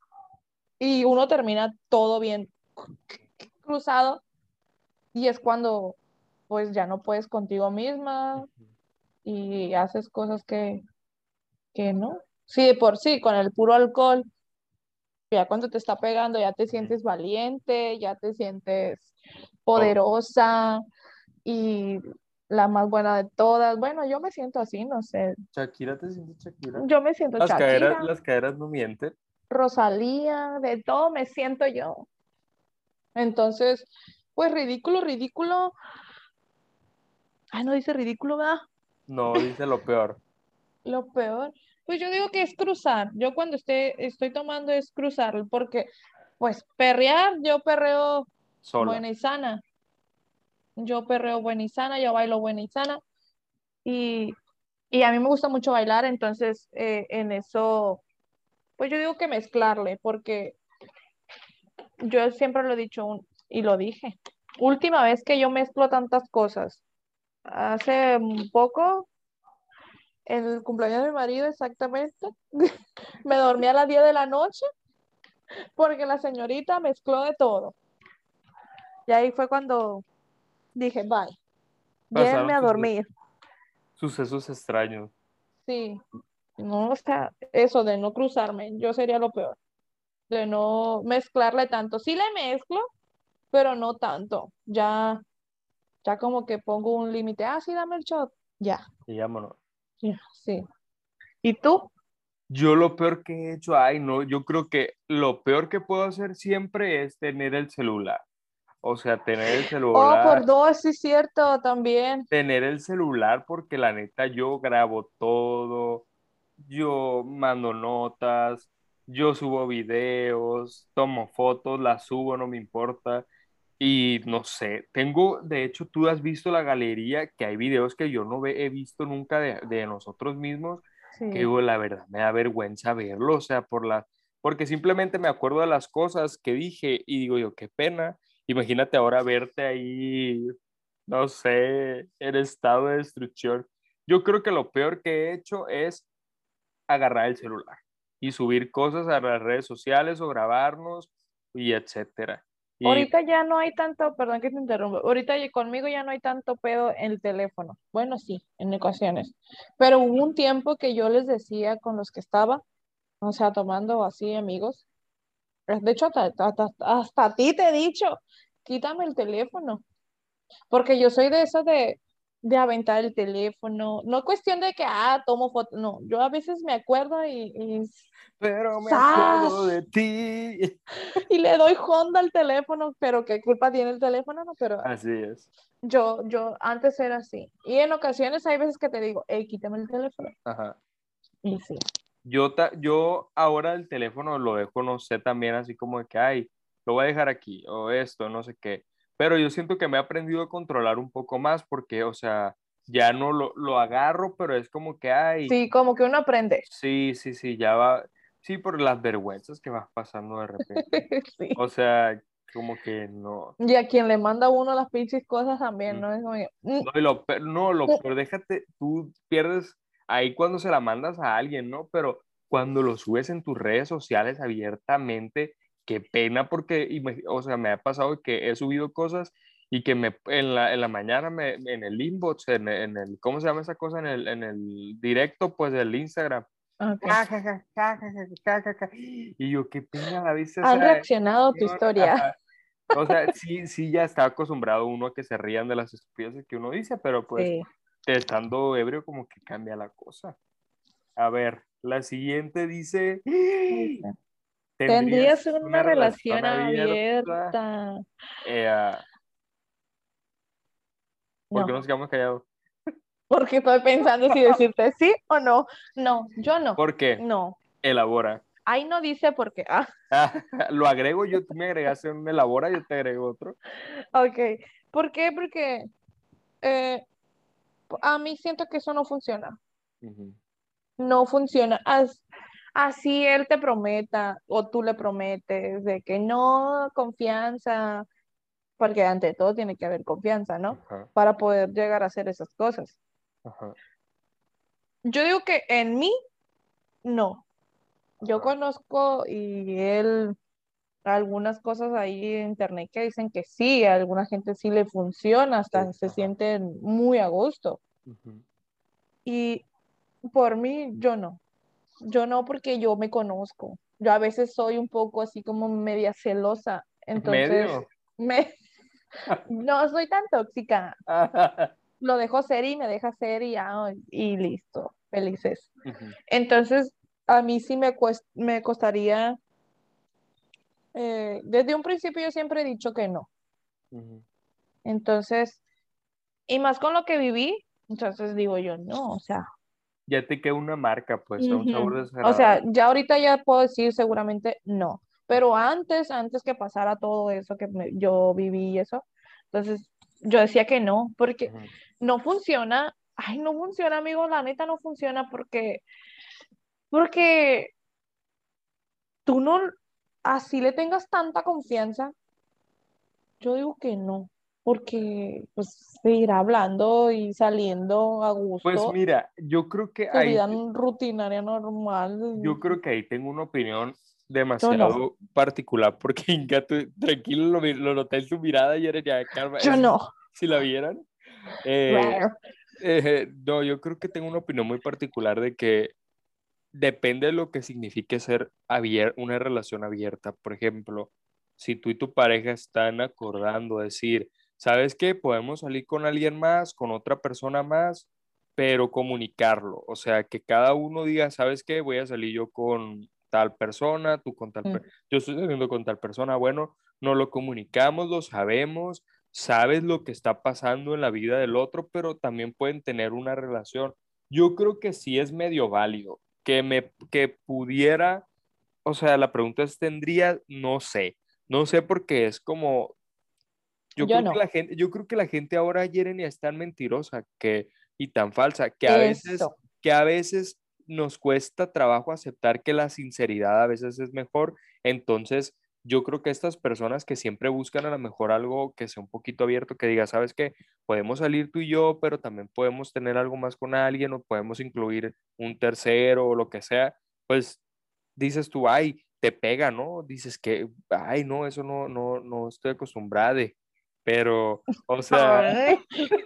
y uno termina todo bien cruzado, y es cuando pues ya no puedes contigo misma y haces cosas que no. Sí, de por sí, con el puro alcohol, ya cuando te está pegando, ya te ujú. sientes valiente, ya te sientes Oh, poderosa y la más buena de todas. Bueno, yo me siento así, no sé. Shakira, ¿te sientes Shakira? Yo me siento Shakira, Las caderas no mienten. Rosalía, de todo me siento yo. Entonces, pues ridículo, ridículo. Ay, no dice ridículo, ¿verdad? No, dice lo peor, Lo peor. Pues yo digo que es cruzar. Yo cuando estoy tomando es cruzar, porque pues perrear, yo perreo sola. buena y sana. Yo perreo buena y sana, yo bailo buena y sana. Y, y a mí me gusta mucho bailar, entonces en eso, pues yo digo que mezclarle, porque yo siempre lo he dicho y lo dije. Última vez que yo mezclo tantas cosas, hace un poco, el cumpleaños de mi marido exactamente, me dormí a las 10 de la noche porque la señorita mezcló de todo. Y ahí fue cuando dije, bye, llévenme Pasaron a dormir. sucesos extraños. Sí, no, o sea, eso de no cruzarme, yo sería lo peor, de no mezclarle tanto. Sí le mezclo, pero no tanto. Ya como que pongo un límite. Ah, sí, dame el shot. Ya, Y vámonos. ya, sí. ¿Y tú? Yo lo peor que he hecho, ay, no, yo creo que lo peor que puedo hacer siempre es tener el celular. O sea, Oh, por dos, sí, cierto, también. tener el celular porque la neta yo grabo todo, yo mando notas, yo subo videos, tomo fotos, las subo, no me importa. Y no sé, de hecho, tú has visto la galería, que hay videos que yo no he visto nunca de nosotros mismos, que Sí. digo, la verdad me da vergüenza verlo, o sea, porque simplemente me acuerdo de las cosas que dije y digo yo, qué pena. Imagínate ahora verte ahí, no sé, en estado de destrucción. Yo creo que lo peor que he hecho es agarrar el celular y subir cosas a las redes sociales o grabarnos y etcétera. Y Ahorita ya no hay tanto, perdón que te interrumpa, ahorita conmigo ya no hay tanto pedo en el teléfono. Bueno, sí, en ocasiones. Pero hubo un tiempo que yo les decía con los que estaba, o sea, tomando así amigos. De hecho, hasta a ti te he dicho, quítame el teléfono. Porque yo soy de eso de aventar el teléfono. No cuestión de que, tomo fotos. No, yo a veces me acuerdo y pero me acuerdo ¡zas! de ti. Y le doy Honda al teléfono, pero ¿qué culpa tiene el teléfono? No, pero Así es. yo antes era así. Y en ocasiones hay veces que te digo, hey, quítame el teléfono. Ajá. Y sí. Yo ahora el teléfono lo dejo, no sé, también así como de que, ay, lo voy a dejar aquí, o esto, no sé qué. Pero yo siento que me he aprendido a controlar un poco más porque, o sea, ya no lo agarro, pero es como que, ay, Sí, como que uno aprende. sí, ya va, sí, por las vergüenzas que vas pasando de repente. Sí. O sea, como que no. Y a quien le manda uno las pinches cosas también, Mm. ¿no? Es como que, No, no, lo peor, déjate, tú pierdes ahí cuando se la mandas a alguien, ¿no? Pero cuando lo subes en tus redes sociales abiertamente, qué pena, porque, o sea, me ha pasado que he subido cosas y que en la mañana en el inbox, en el, ¿cómo se llama esa cosa? En el directo, pues, del Instagram. ok. Ja, ja, ja, ja, ja, ja, ja, ja. Y yo, qué pena la viste, o Han sea, reaccionado a tu historia. ajá. O sea, sí, ya está acostumbrado uno a que se rían de las estupideces que uno dice, pero pues Sí. estando ebrio como que cambia la cosa. A ver, la siguiente dice, ¿Tendrías ¿tendrías una una relación relación abierta? abierta? Eh, ¿Por qué No, nos quedamos callados? porque estoy pensando si decirte sí o no. No, yo no. ¿Por qué? No. Elabora. Ahí no dice por qué. Ah, Lo agrego yo, tú me agregaste un elabora, yo te agrego otro. ok. ¿Por qué? Porque eh, a mí siento que eso no funciona. Ujú. No funciona. Así él te prometa o tú le prometes de que no, confianza, porque ante todo tiene que haber confianza, ¿no? Ajá, Para poder llegar a hacer esas cosas. ajá, Yo digo que en mí, no. Yo ajá. conozco y él algunas cosas ahí en internet que dicen que sí, a alguna gente sí le funciona, hasta se Ajá. sienten muy a gusto. Ujú. Y por mí, yo no. Yo no porque yo me conozco. Yo a veces soy un poco así como media celosa, entonces Medio. me no soy tan tóxica. Lo dejo ser y me deja ser y ya, y listo, felices. Ujú, Entonces, a mí sí me costaría, desde un principio yo siempre he dicho que no. ujú. Entonces, y más con lo que viví, entonces digo yo, no, o sea, Ya te queda una marca, pues, un sabor ujú. O sea, desagradable. ya ahorita ya puedo decir seguramente no, pero antes que pasara todo eso que yo viví y eso, entonces yo decía que no, porque Ujú. no funciona, ay, no funciona, amigo, la neta no funciona porque tú no, así le tengas tanta confianza, yo digo que no, porque pues seguir hablando y saliendo a Pues gusto, mira, yo creo que su ahí, vida rutinaria normal, yo creo que ahí tengo una opinión yo no, demasiado particular, porque Inga, tranquilo, lo noté en su mirada y era ya, calma, yo no. si la vieran. Eh, no, yo creo que tengo una opinión muy particular de que depende de lo que signifique ser una relación abierta. Por ejemplo, si tú y tu pareja están acordando decir, ¿sabes qué? Podemos salir con alguien más, con otra persona más, pero comunicarlo. O sea, que cada uno diga, ¿sabes qué? Voy a salir yo con tal persona, tú con tal Mm. persona, yo estoy saliendo con tal persona. Bueno, no lo comunicamos, lo sabemos, sabes lo que está pasando en la vida del otro, pero también pueden tener una relación. Yo creo que sí es medio válido que pudiera, o sea, la pregunta es, ¿tendría? No sé porque es como, Yo no. yo creo que la gente ahora, Jeremy, es tan mentirosa y tan falsa Eso. que a veces nos cuesta trabajo aceptar que la sinceridad a veces es mejor. Entonces, yo creo que estas personas que siempre buscan a lo mejor algo que sea un poquito abierto, que diga, ¿sabes qué? Podemos salir tú y yo, pero también podemos tener algo más con alguien o podemos incluir un tercero o lo que sea, pues dices tú, ay, te pega, ¿no? Dices que, ay, no, eso no estoy acostumbrada, pero, Ay,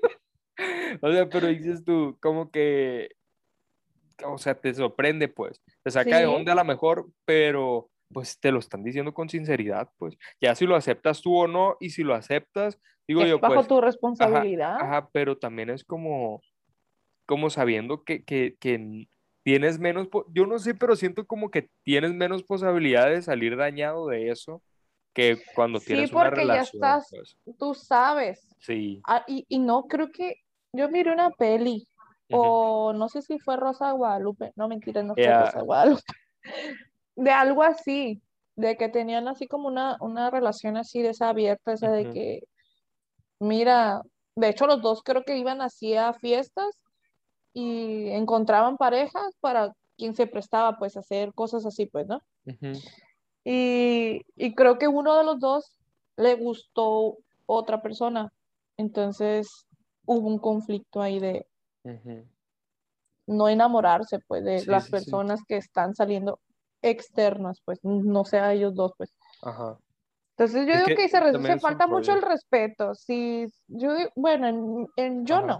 o sea, pero dices tú, como que, o sea, te sorprende, pues, te saca de sí, onda a lo mejor, pero pues te lo están diciendo con sinceridad, pues, ya si lo aceptas tú o no, y si lo aceptas, digo es yo, bajo pues, tu ajá, responsabilidad. ajá, pero también es como sabiendo que tienes menos, yo no sé, pero siento como que tienes menos posibilidad de salir dañado de eso que cuando Sí, tienes una porque ya relación, estás, pues, tú sabes. sí. Ah, y no, creo que yo miré una peli, Ujú. o no sé si fue Rosa de Guadalupe, no mentira, no fue Rosa Ya, de Guadalupe, de algo así, de que tenían así como una relación así de esa abierta, esa de ujú, que, mira. De hecho, los dos creo que iban así a fiestas y encontraban parejas para quien se prestaba pues a hacer cosas así, pues, ¿no? Ujú, Y creo que uno de los dos le gustó otra persona. Entonces hubo un conflicto ahí de ujú. no enamorarse pues de Sí, las sí, sí. personas que están saliendo externas, pues no sea ellos dos, pues. Ajá. Entonces yo Es digo que que también se es un falta mucho rollo. el respeto. Si yo bueno, yo Ajá. no,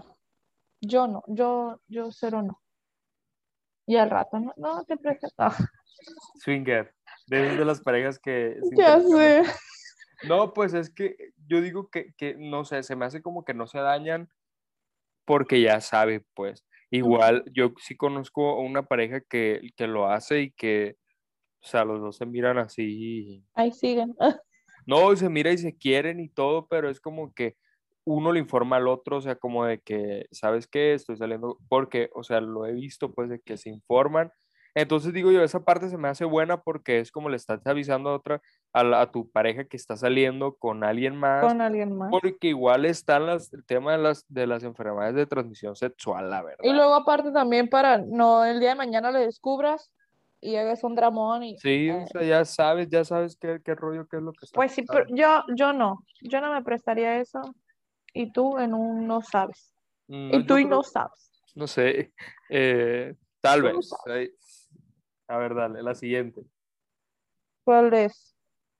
yo cero no. Y al rato, no, no te prestas. No, Swinger. De esas de las parejas que se ya intercambian. sé. No, pues es que yo digo que, no sé, se me hace como que no se dañan porque ya sabe, pues. Igual yo sí conozco a una pareja que lo hace y que, o sea, los dos se miran así. Ahí siguen. No, se mira y se quieren y todo, pero es como que uno le informa al otro, o sea, como de que, ¿sabes qué? Estoy saliendo, porque, o sea, lo he visto, pues, de que se informan. Entonces digo yo, esa parte se me hace buena porque es como le estás avisando a otra, a tu pareja que está saliendo con alguien más, Con alguien más. porque igual está el tema de las enfermedades de transmisión sexual, la Y verdad. luego aparte también para no el día de mañana le descubras y hagas un dramón y Sí, o sea, ya sabes qué rollo, qué es lo que está pues sí, pero pasando. yo no me prestaría eso y tú en un no sabes. No, Y tú yo y no creo, sabes. no sé, tal Tú no vez. sabes. A ver, dale, la siguiente. ¿Cuál es?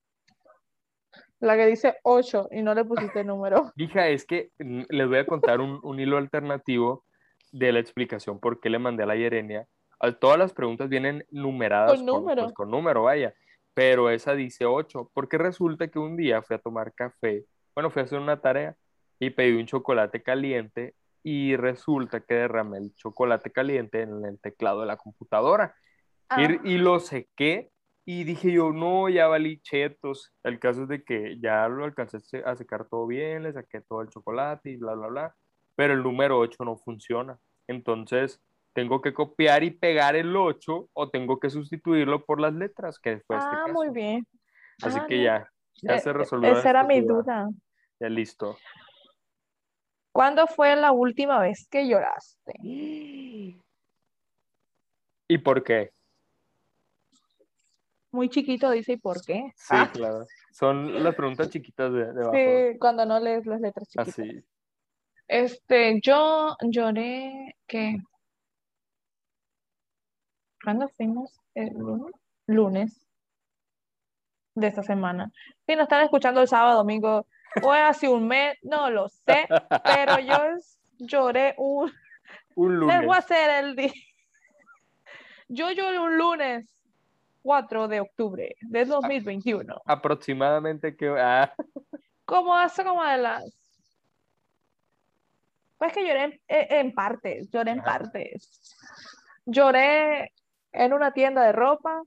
La que dice 8 y no le pusiste número. Hija, es que les voy a contar un hilo alternativo de la explicación por qué le mandé a la Yerenia. Todas las preguntas vienen numeradas Con con, pues, número. con número, vaya, pero esa dice 8 porque resulta que un día fui a tomar café, bueno, fui a hacer una tarea y pedí un chocolate caliente y resulta que derramé el chocolate caliente en el teclado de la computadora. Ah, Y lo sequé y dije yo, no, ya valí chetos. El caso es de que ya lo alcancé a secar todo bien, le saqué todo el chocolate y bla, bla, bla, pero el número 8 no funciona. Entonces, tengo que copiar y pegar el 8 o tengo que sustituirlo por las letras, que fue este muy caso. bien. Así Ah, que no. ya se resolvieron Esa era estas mi dudas. duda. Ya listo. ¿Cuándo fue la última vez que lloraste? ¿Y por qué? Muy chiquito dice, ¿y por qué? Sí, claro. Son las preguntas chiquitas debajo. Sí, cuando no lees las letras chiquitas. Así. Yo lloré, ¿qué? ¿Cuándo fuimos? ¿El lunes? Lunes de esta semana. Si nos están escuchando el sábado, domingo, fue hace un mes, no lo sé, pero yo lloré Un les voy a lunes. hacer el día. Yo lloré un lunes 4 de octubre de 2021. Aproximadamente que... Como hace como de las. Pues que lloré en partes, lloré en Ajá. partes. Lloré en una tienda de ropa.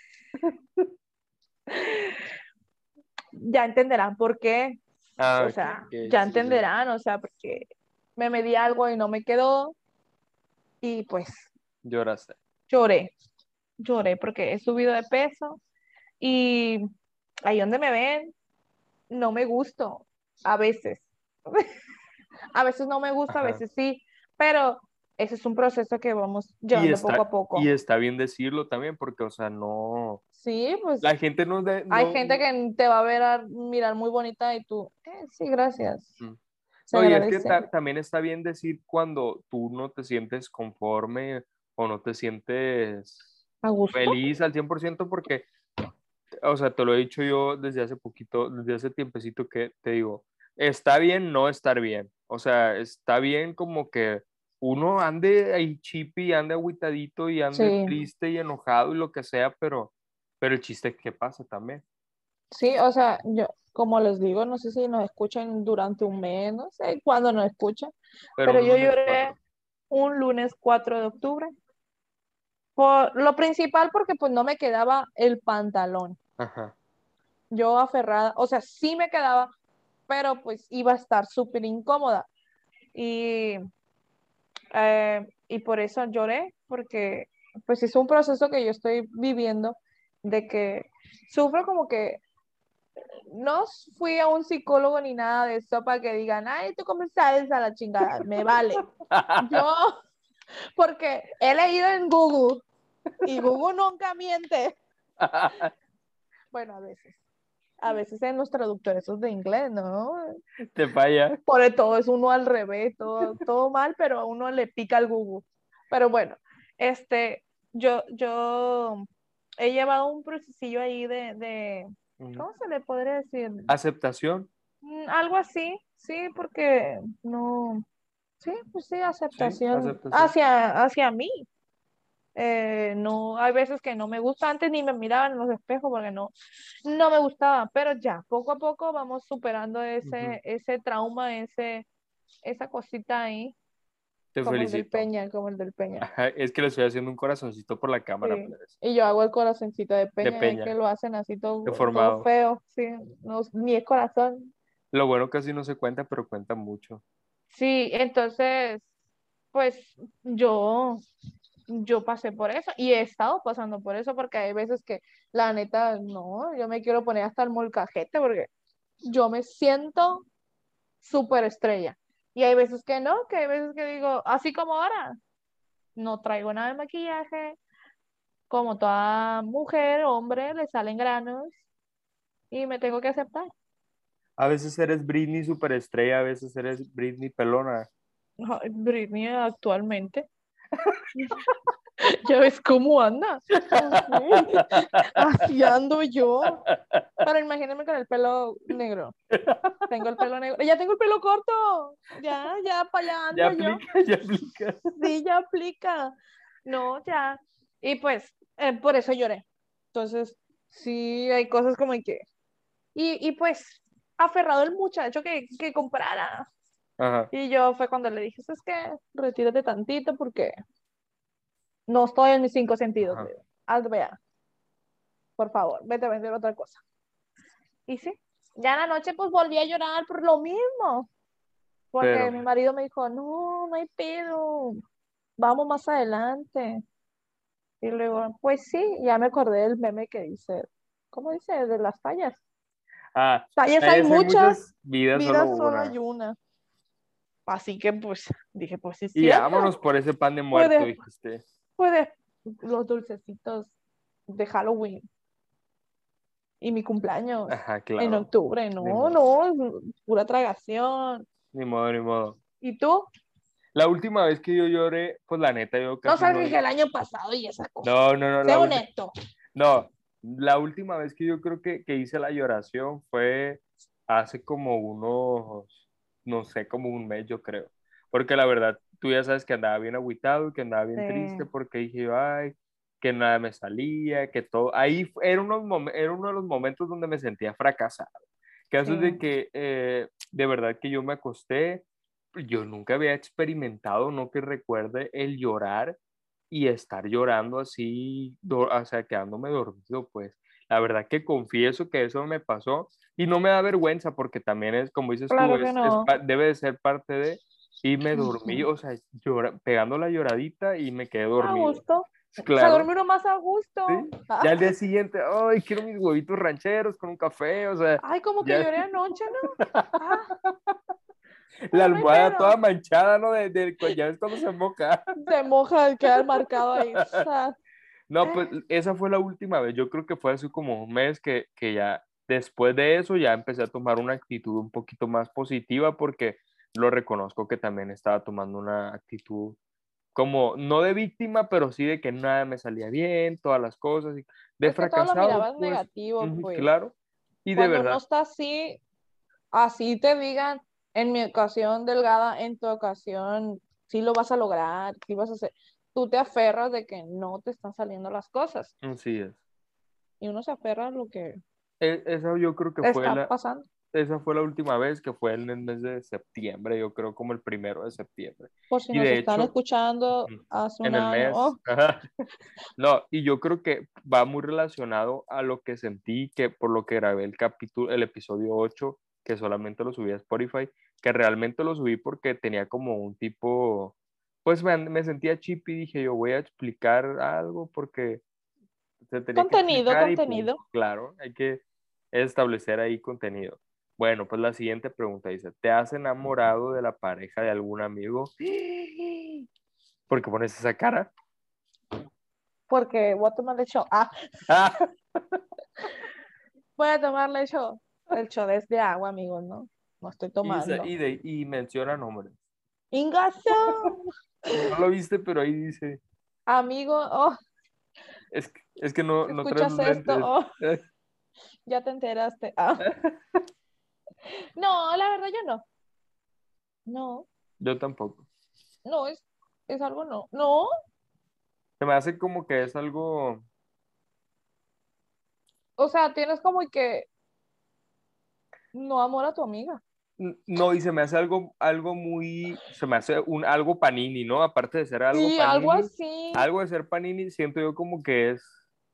Ya entenderán por qué. O Ok, sea, ok, ya sí, sí. entenderán, o sea, porque me medí algo y no me quedó y pues Lloraste. lloré, lloré porque he subido de peso y ahí donde me ven no me gusto a veces. A veces no me gusta, a Ajá. veces sí, pero ese es un proceso que vamos Y llevando poco está, a poco. y está bien decirlo también, porque, o sea, no, Sí, la pues gente no, hay gente que te va a ver a mirar muy bonita y tú, sí, gracias, mm. se No, y es que agradece. también está bien decir cuando tú no te sientes conforme o no te sientes ¿A gusto? feliz al 100% porque, o sea, te lo he dicho yo desde hace poquito, desde hace tiempecito que te digo, está bien no estar bien. O sea, está bien como que uno ande ahí chippy, ande agüitadito y ande Sí, triste y enojado y lo que sea, pero el chiste es que pasa también. sí, o sea, yo, como les digo, no sé si nos escuchan durante un mes, no sé cuándo nos escuchan, Pero pero un yo lunes lloré 4. un lunes 4 de octubre. Por lo principal porque pues no me quedaba el pantalón. Ajá, Yo aferrada, o sea, sí me quedaba, pero pues iba a estar súper incómoda. Y, y por eso lloré, porque pues es un proceso que yo estoy viviendo de que sufro como que no fui a un psicólogo ni nada de eso para que digan, ay, tú comes salsa, la chingada, me vale. Yo, porque he leído en Google y Google nunca miente. Bueno, a veces en los traductores esos de inglés, ¿no? Te falla. Por todo es uno al revés, todo mal, pero a uno le pica el Google. Pero bueno, yo he llevado un procesillo ahí de ¿cómo se le podría decir? Aceptación, Algo así, sí, porque no, sí, pues sí, sí, aceptación aceptación. hacia mí. No, hay veces que no me gusta, antes ni me miraban en los espejos porque no me gustaba, pero ya, poco a poco vamos superando Ujú. ese trauma, esa cosita ahí, Te felicito. Como el del Peña. Ajá, es que le estoy haciendo un corazoncito por la cámara, Sí. plebes. Y yo hago el corazoncito de De Peña, es que Peña, lo hacen así todo deformado. feo, sí, no, ni es corazón. Lo bueno casi no se cuenta, pero cuenta mucho. Sí, entonces, pues yo pasé por eso y he estado pasando por eso porque hay veces que la neta, no, yo me quiero poner hasta el molcajete porque yo me siento súper estrella. Y hay veces que no, que hay veces que digo, así como ahora, no traigo nada de maquillaje, como toda mujer, hombre, le salen granos y me tengo que aceptar. A veces eres Britney superestrella, a veces eres Britney pelona. Ay, Britney actualmente. Ya ves cómo anda. Así, así ando yo. Pero imagíname con el pelo negro. Tengo el pelo negro. Ya tengo el pelo corto. Ya para allá Ya ando yo. aplica, ya aplica. Sí, ya aplica. No, ya. Y pues, por eso lloré. Entonces, sí, hay cosas como que. Y pues, aferrado el muchacho que comprara. Ajá, Y yo fue cuando le dije, es que retírate tantito porque no estoy en mis cinco sentidos. Le ajá. digo, vea, por favor, vete a vender otra cosa. Y sí, ya en la noche pues volví a llorar por lo mismo. Porque Pero, mi marido me dijo, no hay pedo, vamos más adelante. Y luego, pues sí, ya me acordé del meme que dice, ¿cómo dice? De las fallas. ah, Tallas hay tallas hay muchas, muchas vidas, solo vidas solo hay una. una. Así que pues dije, pues sí es Y vámonos cierto. por ese pan de muerto, Puede, dijiste. puede los dulcecitos de Halloween y mi cumpleaños Ajá, en claro. octubre. Ni No, modo, no, pura tragación. ni modo, ni modo. ¿Y tú? La última vez que yo lloré, pues la neta, yo No casi sabes no. que el año pasado y esa cosa. No, no, no, Sé honesto. no, la última vez que yo creo que hice la lloración fue hace como unos, no sé, como un mes, yo creo. Porque la verdad, tú ya sabes que andaba bien agüitado y que andaba bien triste Sí, porque dije, ay, que nada me salía, que todo. Ahí era uno de los momentos donde me sentía fracasado. Casos de sí. que de verdad que yo me acosté, yo nunca había experimentado, no que recuerde el llorar y estar llorando así, o sea, quedándome dormido, pues. La verdad que confieso que eso me pasó y no me da vergüenza porque también es, como dices tú, Claro que no. debe de ser parte de, y me dormí, Ujú. o sea, pegando la lloradita y me quedé A dormido. gusto. Se Claro, durmió más a gusto. sí. Ya al día siguiente, ay, quiero mis huevitos rancheros con un café, o sea, Ay, como que ya lloré anoche, ¿no? Ah, la pero no hay almohada toda pedo. manchada, ¿no? Ya ves cuando se moja. Se moja, queda marcado ahí. No, pues Eh, esa fue la última vez. Yo creo que fue hace como un mes que ya después de eso ya empecé a tomar una actitud un poquito más positiva porque lo reconozco que también estaba tomando una actitud como no de víctima, pero sí de que nada me salía bien, todas las cosas, de Es que todo lo fracasado, mirabas pues, negativo, pues. claro. Y de Cuando uno verdad, está así, así te digan, en mi ocasión delgada, en tu ocasión, sí lo vas a lograr, sí vas a hacer. Tú te aferras de que no te están saliendo las cosas así es. y uno se aferra a lo que Esa yo creo que fue está la, pasando. esa fue la última vez que fue en el mes de septiembre, yo creo como el 1 de septiembre. Por si Y nos de están hecho, escuchando ujú, hace un en el año, mes, oh, ajá. No, y yo creo que va muy relacionado a lo que sentí, que por lo que grabé el episodio 8 que solamente lo subí a Spotify, que realmente lo subí porque tenía como un tipo, pues me sentía chip y dije, yo voy a explicar algo porque se tenía que contenido, explicar y pum, contenido. claro, hay que es establecer ahí contenido. Bueno, pues la siguiente pregunta dice, ¿te has enamorado de la pareja de algún amigo? ¿Por qué pones esa cara? Porque voy a tomar lecho. Ah, Voy a tomar lecho. El cho es de agua, amigos, ¿no? No estoy tomando. y menciona nombres. Ingazo, No lo viste, pero ahí dice, amigo, oh, es que no, si no traes escuchas los esto, lentes. oh, ya te enteraste. No, la verdad yo no. No, Yo tampoco. no, es algo no. No, Se me hace como que es algo, o sea, tienes como que no amor a tu amiga. no, y se me hace algo muy, se me hace algo Panini, ¿no? Aparte de ser algo Sí, algo Panini, así. algo de ser Panini, siento yo como que es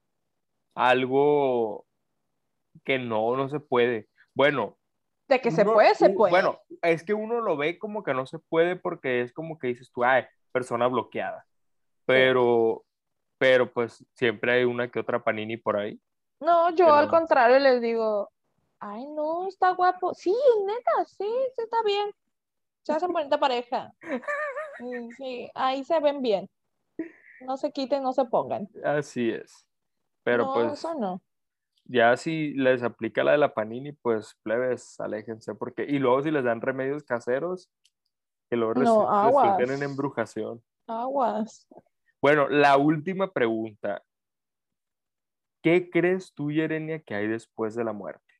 algo que no se puede. Bueno, De que se puede, se puede. bueno, es que uno lo ve como que no se puede porque es como que dices tú, ay, persona bloqueada, Sí. pero, pero pues siempre hay una que otra Panini por ahí. No, Que yo al no. contrario les digo, ay, no, está guapo. Sí, neta, sí, sí está bien. Se hacen bonita pareja. Sí, ahí se ven bien. No se quiten, no se pongan. Así es. Pero No, eso pues no. ya si les aplica la de la Panini, pues plebes, aléjense, porque, y luego si les dan remedios caseros, que luego No, resulten en aguas. embrujación. Aguas. Bueno, la última pregunta. ¿Qué crees tú, Yerenia, que hay después de la muerte?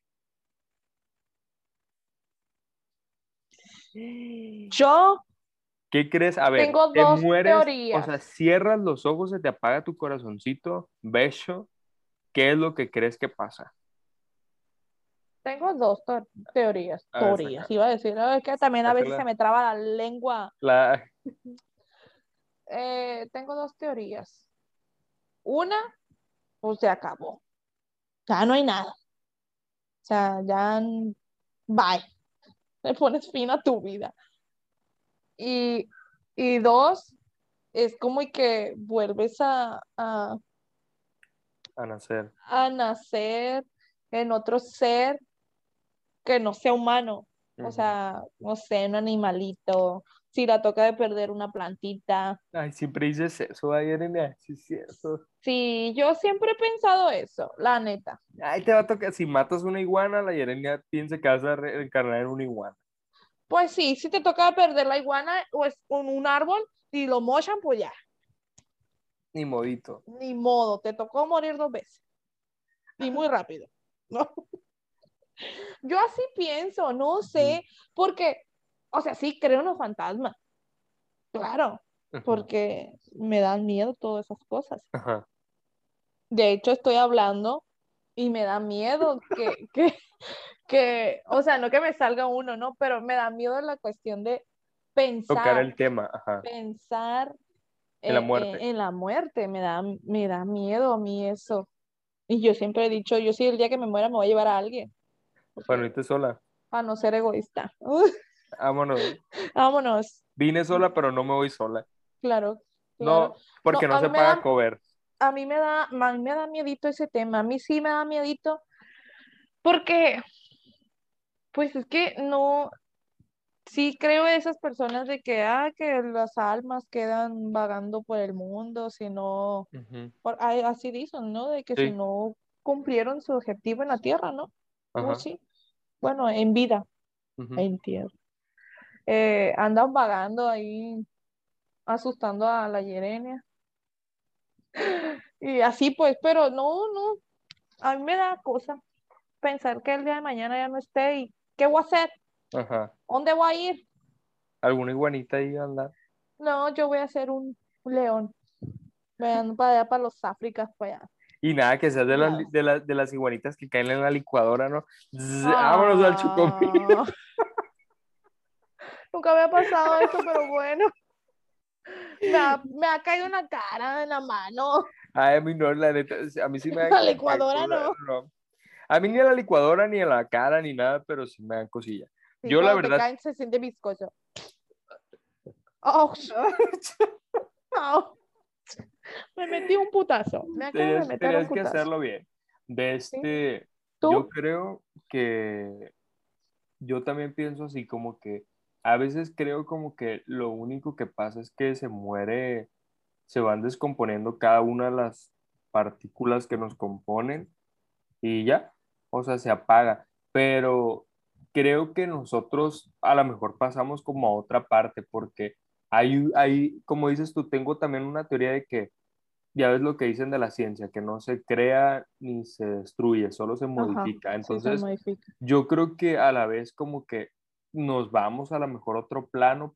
Yo ¿Qué crees? A ver, tengo te dos mueres, o sea, teorías. cierras los ojos, se te apaga tu corazoncito, beso, ¿qué es lo que crees que pasa? Tengo dos teorías. A ver, Teorías, iba a decir. Es que también a veces se sácala. me traba la lengua. La, Tengo dos teorías. Una, pues se acabó. Ya no hay nada. O sea, ya bye. Le pones fin a tu vida. Y, y dos, es como y que vuelves a nacer. a nacer en otro ser que no sea humano. O Ujú. sea, no sé, un animalito. Si la toca de perder una plantita. Ay, siempre dices eso, ay, Yerenia, sí es cierto. Sí, yo siempre he pensado eso, la neta. Ay, te va a tocar, si matas una iguana, la Yerenia piensa que vas a reencarnar en una iguana. Pues sí, si te toca perder la iguana o es con un árbol y lo mochan, pues ya, Ni modito. ni modo, te tocó morir dos veces y muy rápido, ¿no? Yo así pienso, no Ujú, sé, porque, o sea, sí creo en los fantasmas, claro, ujú. porque me dan miedo todas esas cosas. Ajá. De hecho, estoy hablando y me da miedo o sea, no que me salga uno, ¿no? Pero me da miedo la cuestión de Tocar pensar, el tema, ajá. pensar En la muerte. en la muerte, me da miedo a mí eso. Y yo siempre he dicho, yo sí, el día que me muera me voy a llevar a alguien, Bueno, porque irte sola. para no ser egoísta. Vámonos. Vámonos. Vine sola, pero no me voy sola. Claro, claro. No, No, porque no se paga cover. a mí me da miedito ese tema. A mí sí me da miedito porque, pues es que no, sí creo en esas personas de que, que las almas quedan vagando por el mundo, si no, Ujú. así dicen, ¿no? De que si Sí, no cumplieron su objetivo en la tierra, ¿no? O ajá. sí. Bueno, en vida, Ujú. en tierra. Andan vagando ahí, asustando a la Yerenia. Y así pues, pero no, no, a mí me da cosa pensar que el día de mañana ya no esté y ¿qué voy a hacer? Ajá. ¿Dónde voy a ir? ¿Alguna iguanita ahí anda? No, yo voy a ser un león. Vean para allá, para los Áfricas, para allá. Y nada, que seas de Un las, lado. de las iguanitas que caen en la licuadora, ¿no? Vámonos al chocomil. Ah, nunca me ha pasado eso, pero bueno, me ha caído en la cara, en la mano. Ay, a mí no, la neta, a mí sí me dan La como que licuadora cosa, no. no. A mí ni a la licuadora, ni a la cara, ni nada, pero sí me dan cosilla. Sí, Yo la cuando te verdad, caen se siente viscoso. Oh, oh, me metí un putazo. Me acabo de meter un tenías que putazo. hacerlo bien. De Sí. Yo ¿Tú? creo que yo también pienso así como que a veces creo como que lo único que pasa es que se van descomponiendo cada una de las partículas que nos componen y ya, o sea, se apaga. Pero creo que nosotros a lo mejor pasamos como a otra parte porque como dices tú, tengo también una teoría de que ya ves lo que dicen de la ciencia, que no se crea ni se destruye, solo se Ajá, modifica. sí se Entonces, modifica. yo creo que a la vez como que nos vamos a lo mejor a otro plano,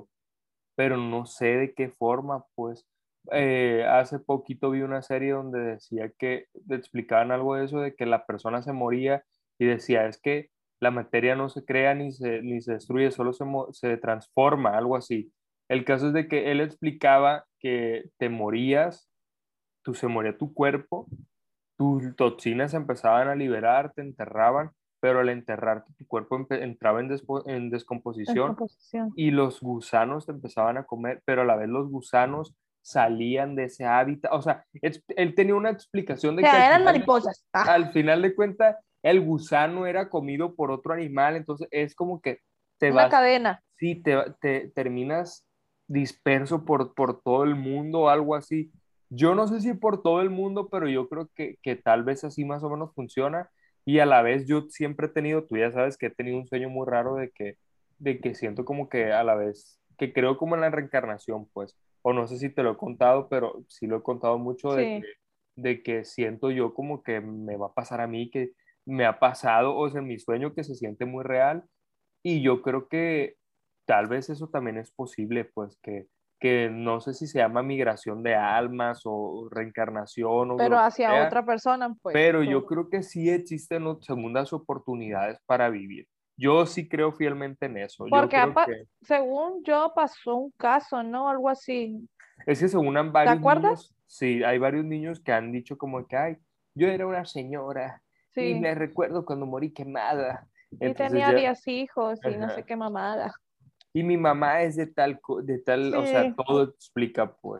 pero no sé de qué forma, pues. Hace poquito vi una serie donde decía que explicaban algo de eso, de que la persona se moría y decía, es que la materia no se crea ni se destruye, solo se transforma, algo así. El caso es de que él explicaba que te morías, se moría tu cuerpo, tus toxinas se empezaban a liberar, te enterraban, pero al enterrarte tu cuerpo entraba en En descomposición composición. y los gusanos te empezaban a comer, pero a la vez los gusanos salían de ese hábitat. O sea, él tenía una explicación O de que sea, eran mariposas. al final de cuentas el gusano era comido por otro animal, entonces es como que te Una vas, cadena. sí, te terminas disperso por todo el mundo o algo así. Yo no sé si por todo el mundo, pero yo creo que tal vez así más o menos funciona. Y a la vez yo siempre he tenido, tú ya sabes que he tenido un sueño muy raro de que siento como que a la vez, que creo como en la reencarnación, pues, o no sé si te lo he contado, pero sí lo he contado mucho Sí. de que siento yo como que me va a pasar a mí, que me ha pasado, o sea, en mi sueño que se siente muy real, y yo creo que tal vez eso también es posible, pues, que no sé si se llama migración de almas o reencarnación o Pero lo que hacia sea, otra persona, pues. pero yo creo que sí existen segundas oportunidades para vivir. Yo sí creo fielmente en eso. Yo Porque creo que según yo pasó un caso, ¿no? Algo así. es que según han ¿Te varios acuerdas? niños, sí, hay varios niños que han dicho como que, ay, yo era una señora y Sí. me recuerdo cuando morí quemada. Y Entonces tenía ya, 10 hijos y no sé ajá. qué mamada. Y mi mamá es de tal, o sea, Sí. todo explica, pues.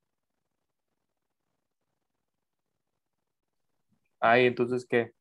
Ay, entonces, ¿qué?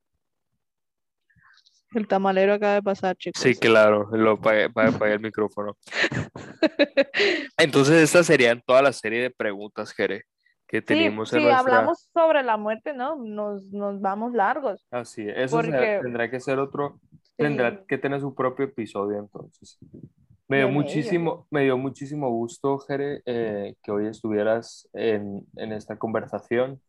El tamalero acaba de pasar, Sí, chicos. claro, apagué el micrófono. Entonces, estas serían toda la serie de preguntas, Jere, que Sí, teníamos en si nuestra. hablamos sobre la muerte, ¿no? Nos vamos largos. Así es. Eso Porque, tendrá que ser otro, sí, tendrá que tener su propio episodio, entonces. de ley. Me dio muchísimo gusto, Jere, que hoy estuvieras en esta conversación.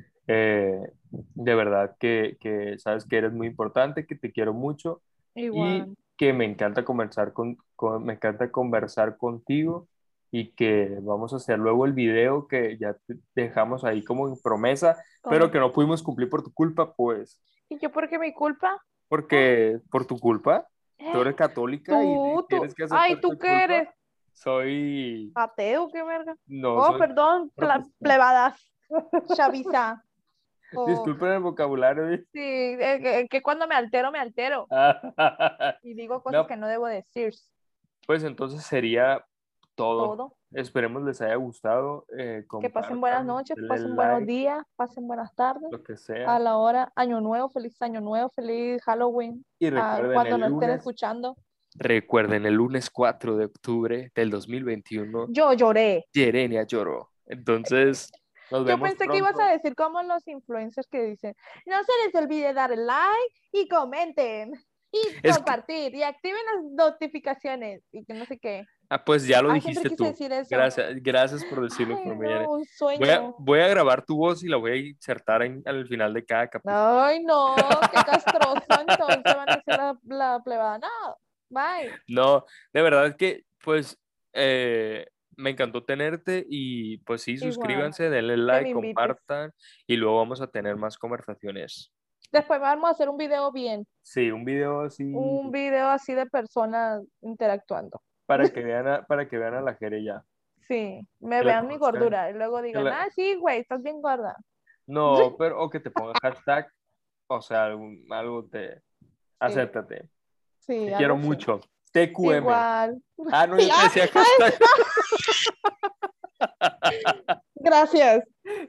De verdad que sabes que eres muy importante, que te quiero mucho y Igual. que me encanta me encanta conversar contigo y que vamos a hacer luego el video que ya dejamos ahí como en promesa, pero que Como, no pudimos cumplir por tu culpa, pues, ¿y yo por qué mi culpa? Ah, porque por tu culpa, tú eres católica y tienes que Ay, aceptar ¿tú tu qué culpa. eres? Soy, ¿Ateo? ¿Qué verga? no, Oh, soy perdón, protestante. plebadas. Chaviza. Oh, Disculpen el vocabulario. sí, que cuando me altero, me altero. Y digo cosas No, que no debo decir. pues entonces sería todo. Todo. Esperemos les haya gustado. Que pasen buenas Compartan, noches, denle pasen buenos like, días, pasen buenas tardes. lo que A sea. la hora, año nuevo, feliz Halloween. Y Cuando nos estén escuchando. recuerden, el lunes 4 de octubre del 2021, Yo lloré. Yerenia lloró. Entonces, nos Yo vemos pensé que ibas pronto. a decir como los influencers que dicen, no se les olvide dar like y comenten y Es que, compartir y activen las notificaciones y que no sé qué. pues ya lo Ah, siempre dijiste quise tú. decir eso. Gracias por decirlo Ay, por mí, Yere. no, un sueño. Voy a grabar tu voz y la voy a insertar al final de cada capítulo. Ay, no, qué castroso. Entonces van a decir la plebada. No, bye. No, de verdad que, pues, me encantó tenerte y pues sí, Igual, suscríbanse, denle que me like, invites. compartan y luego vamos a tener más conversaciones. Después vamos a hacer un video bien, Sí, un video así un video así de personas interactuando. para que vean a la Jere ya, Sí, me que la vean mi conozcan. gordura y luego que digan, la- ah, sí, güey, estás bien gorda. No, pero o que te ponga hashtag, o sea, algo de Sí, acéptate. sí, Te algo quiero así. mucho. TQM. Igual. Ah, no, yo te Ya, decía hashtag. gracias.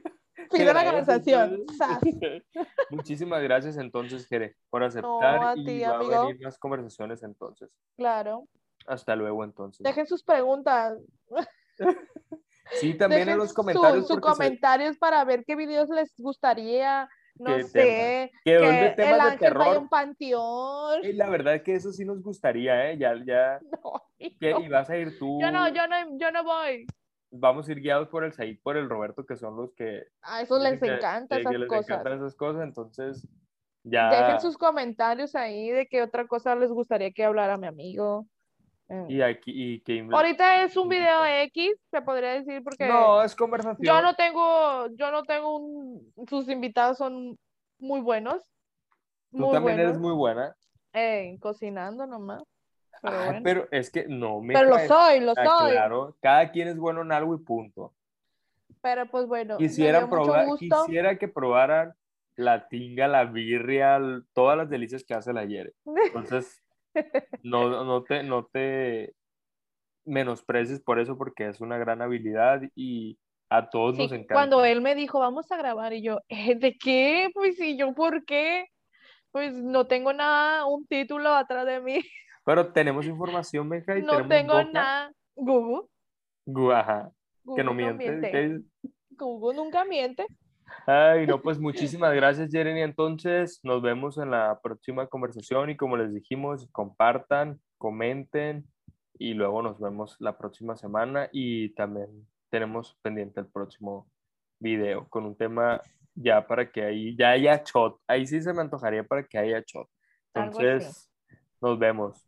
Pide la Gracias, conversación. entonces. ¡Sas! Muchísimas gracias entonces, Jere, por No, aceptar a y ti, va a amigo. venir más conversaciones entonces. Claro. Hasta luego entonces. Dejen sus preguntas. Sí, también en Dejen los comentarios sus porque comentarios para ver qué videos les gustaría. No qué temas. sé, Quedó el de que el temas de ángel vaya a terror. un panteón. La verdad que eso sí nos gustaría, ¿eh? Ya, No, y amigo. vas a ir Yo no, tú, yo no, yo no voy. vamos a ir guiados por el Said, por el Roberto, que son los que A eso les dicen encanta que esas les cosas. encantan esas cosas, entonces Dejen ya, sus comentarios ahí de qué otra cosa les gustaría que hablara mi amigo. y aquí, y que Ahorita es un video X, se podría decir, porque no, es conversación. yo no tengo sus invitados son Tú muy también eres buenos, muy buena. cocinando nomás, pero Ay, bueno. pero es que no, Pero mija, lo está soy. claro, cada quien es bueno en algo y punto. Pero pues bueno, me dio mucho gusto. Quisiera que probaran la tinga, la birria, todas las delicias que hace la Yere. Entonces, no te menosprecies por eso porque es una gran habilidad y a todos nos Sí, encanta. cuando él me dijo, vamos a grabar, y yo, ¿de qué? Pues sí, yo, ¿por qué? Pues no tengo nada, un título atrás de mí, Pero tenemos información, mija, y no tenemos tengo boca. nada. Google, Guaja, que no Google no miente. miente, Google nunca miente. Ay, no, pues muchísimas gracias, Jeremy. Entonces, nos vemos en la próxima conversación y como les dijimos, compartan, comenten y luego nos vemos la próxima semana y también tenemos pendiente el próximo video con un tema ya para que ahí ya haya shot. Ahí sí se me antojaría para que haya shot. Algo así. Entonces, nos vemos.